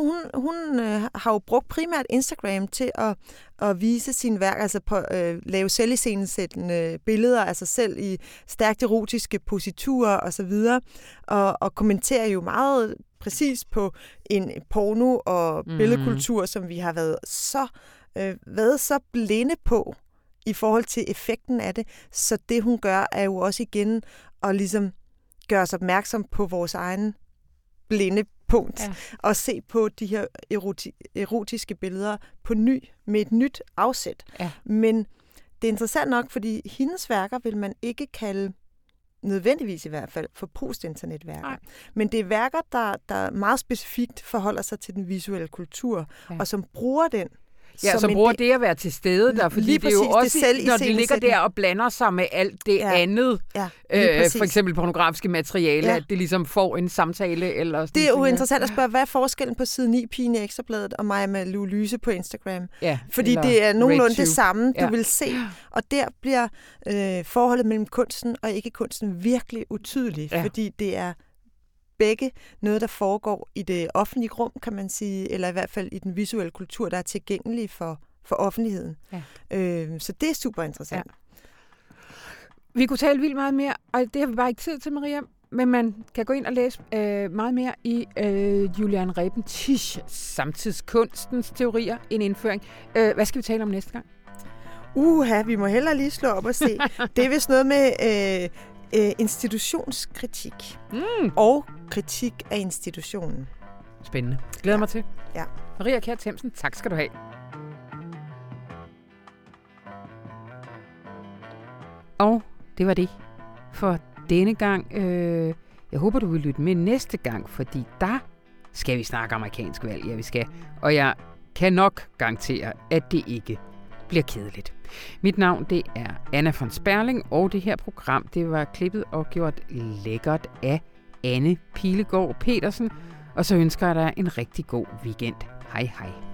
har jo brugt primært Instagram til at vise sine værk, altså på lave selviscenesættende billeder af sig selv i stærkt erotiske positurer og så videre, og kommenterer jo meget præcis på en porno- og billedkultur, som vi har været så blinde på i forhold til effekten af det. Så det, hun gør, er jo også igen at ligesom gøre os opmærksom på vores egen blinde punkt, og se på de her erotiske billeder på ny, med et nyt afsæt. Ja. Men det er interessant nok, fordi hendes værker vil man ikke kalde, nødvendigvis i hvert fald, for post-internetværker. Men det er værker, der meget specifikt forholder sig til den visuelle kultur, og som bruger den. Ja, som bruger det at være til stede der, fordi det er jo også, når de ligger der og blander sig med alt det andet, for eksempel pornografiske materiale, at det ligesom får en samtale. Eller sådan. Det er jo interessant at spørge, hvad er forskellen på side 9 Pigen i Ekstrabladet og Maja Malou Lyse på Instagram? Ja, fordi det er nogenlunde det samme, du vil se. Og der bliver forholdet mellem kunsten og ikke-kunsten virkelig utydeligt, fordi det er begge noget, der foregår i det offentlige rum, kan man sige, eller i hvert fald i den visuelle kultur, der er tilgængelig for offentligheden. Ja. Så det er super interessant. Ja. Vi kunne tale vildt meget mere, og det har vi bare ikke tid til, Maria, men man kan gå ind og læse meget mere i Julian Rebentisch, Samtidskunstens teorier, en indføring. Hvad skal vi tale om næste gang? Vi må hellere lige slå op og se. Det er vist noget med institutionskritik og kritik af institutionen. Spændende. Glæder mig til. Ja. Maria Kjær Themsen, tak skal du have. Og det var det for denne gang. Jeg håber, du vil lytte med næste gang, fordi der skal vi snakke amerikansk valg. Ja, vi skal. Og jeg kan nok garantere, at det ikke bliver kedeligt. Mit navn, det er Anna von Sperling, og det her program, det var klippet og gjort lækkert af Anne Pilegaard Petersen. Og så ønsker jeg dig en rigtig god weekend. Hej hej.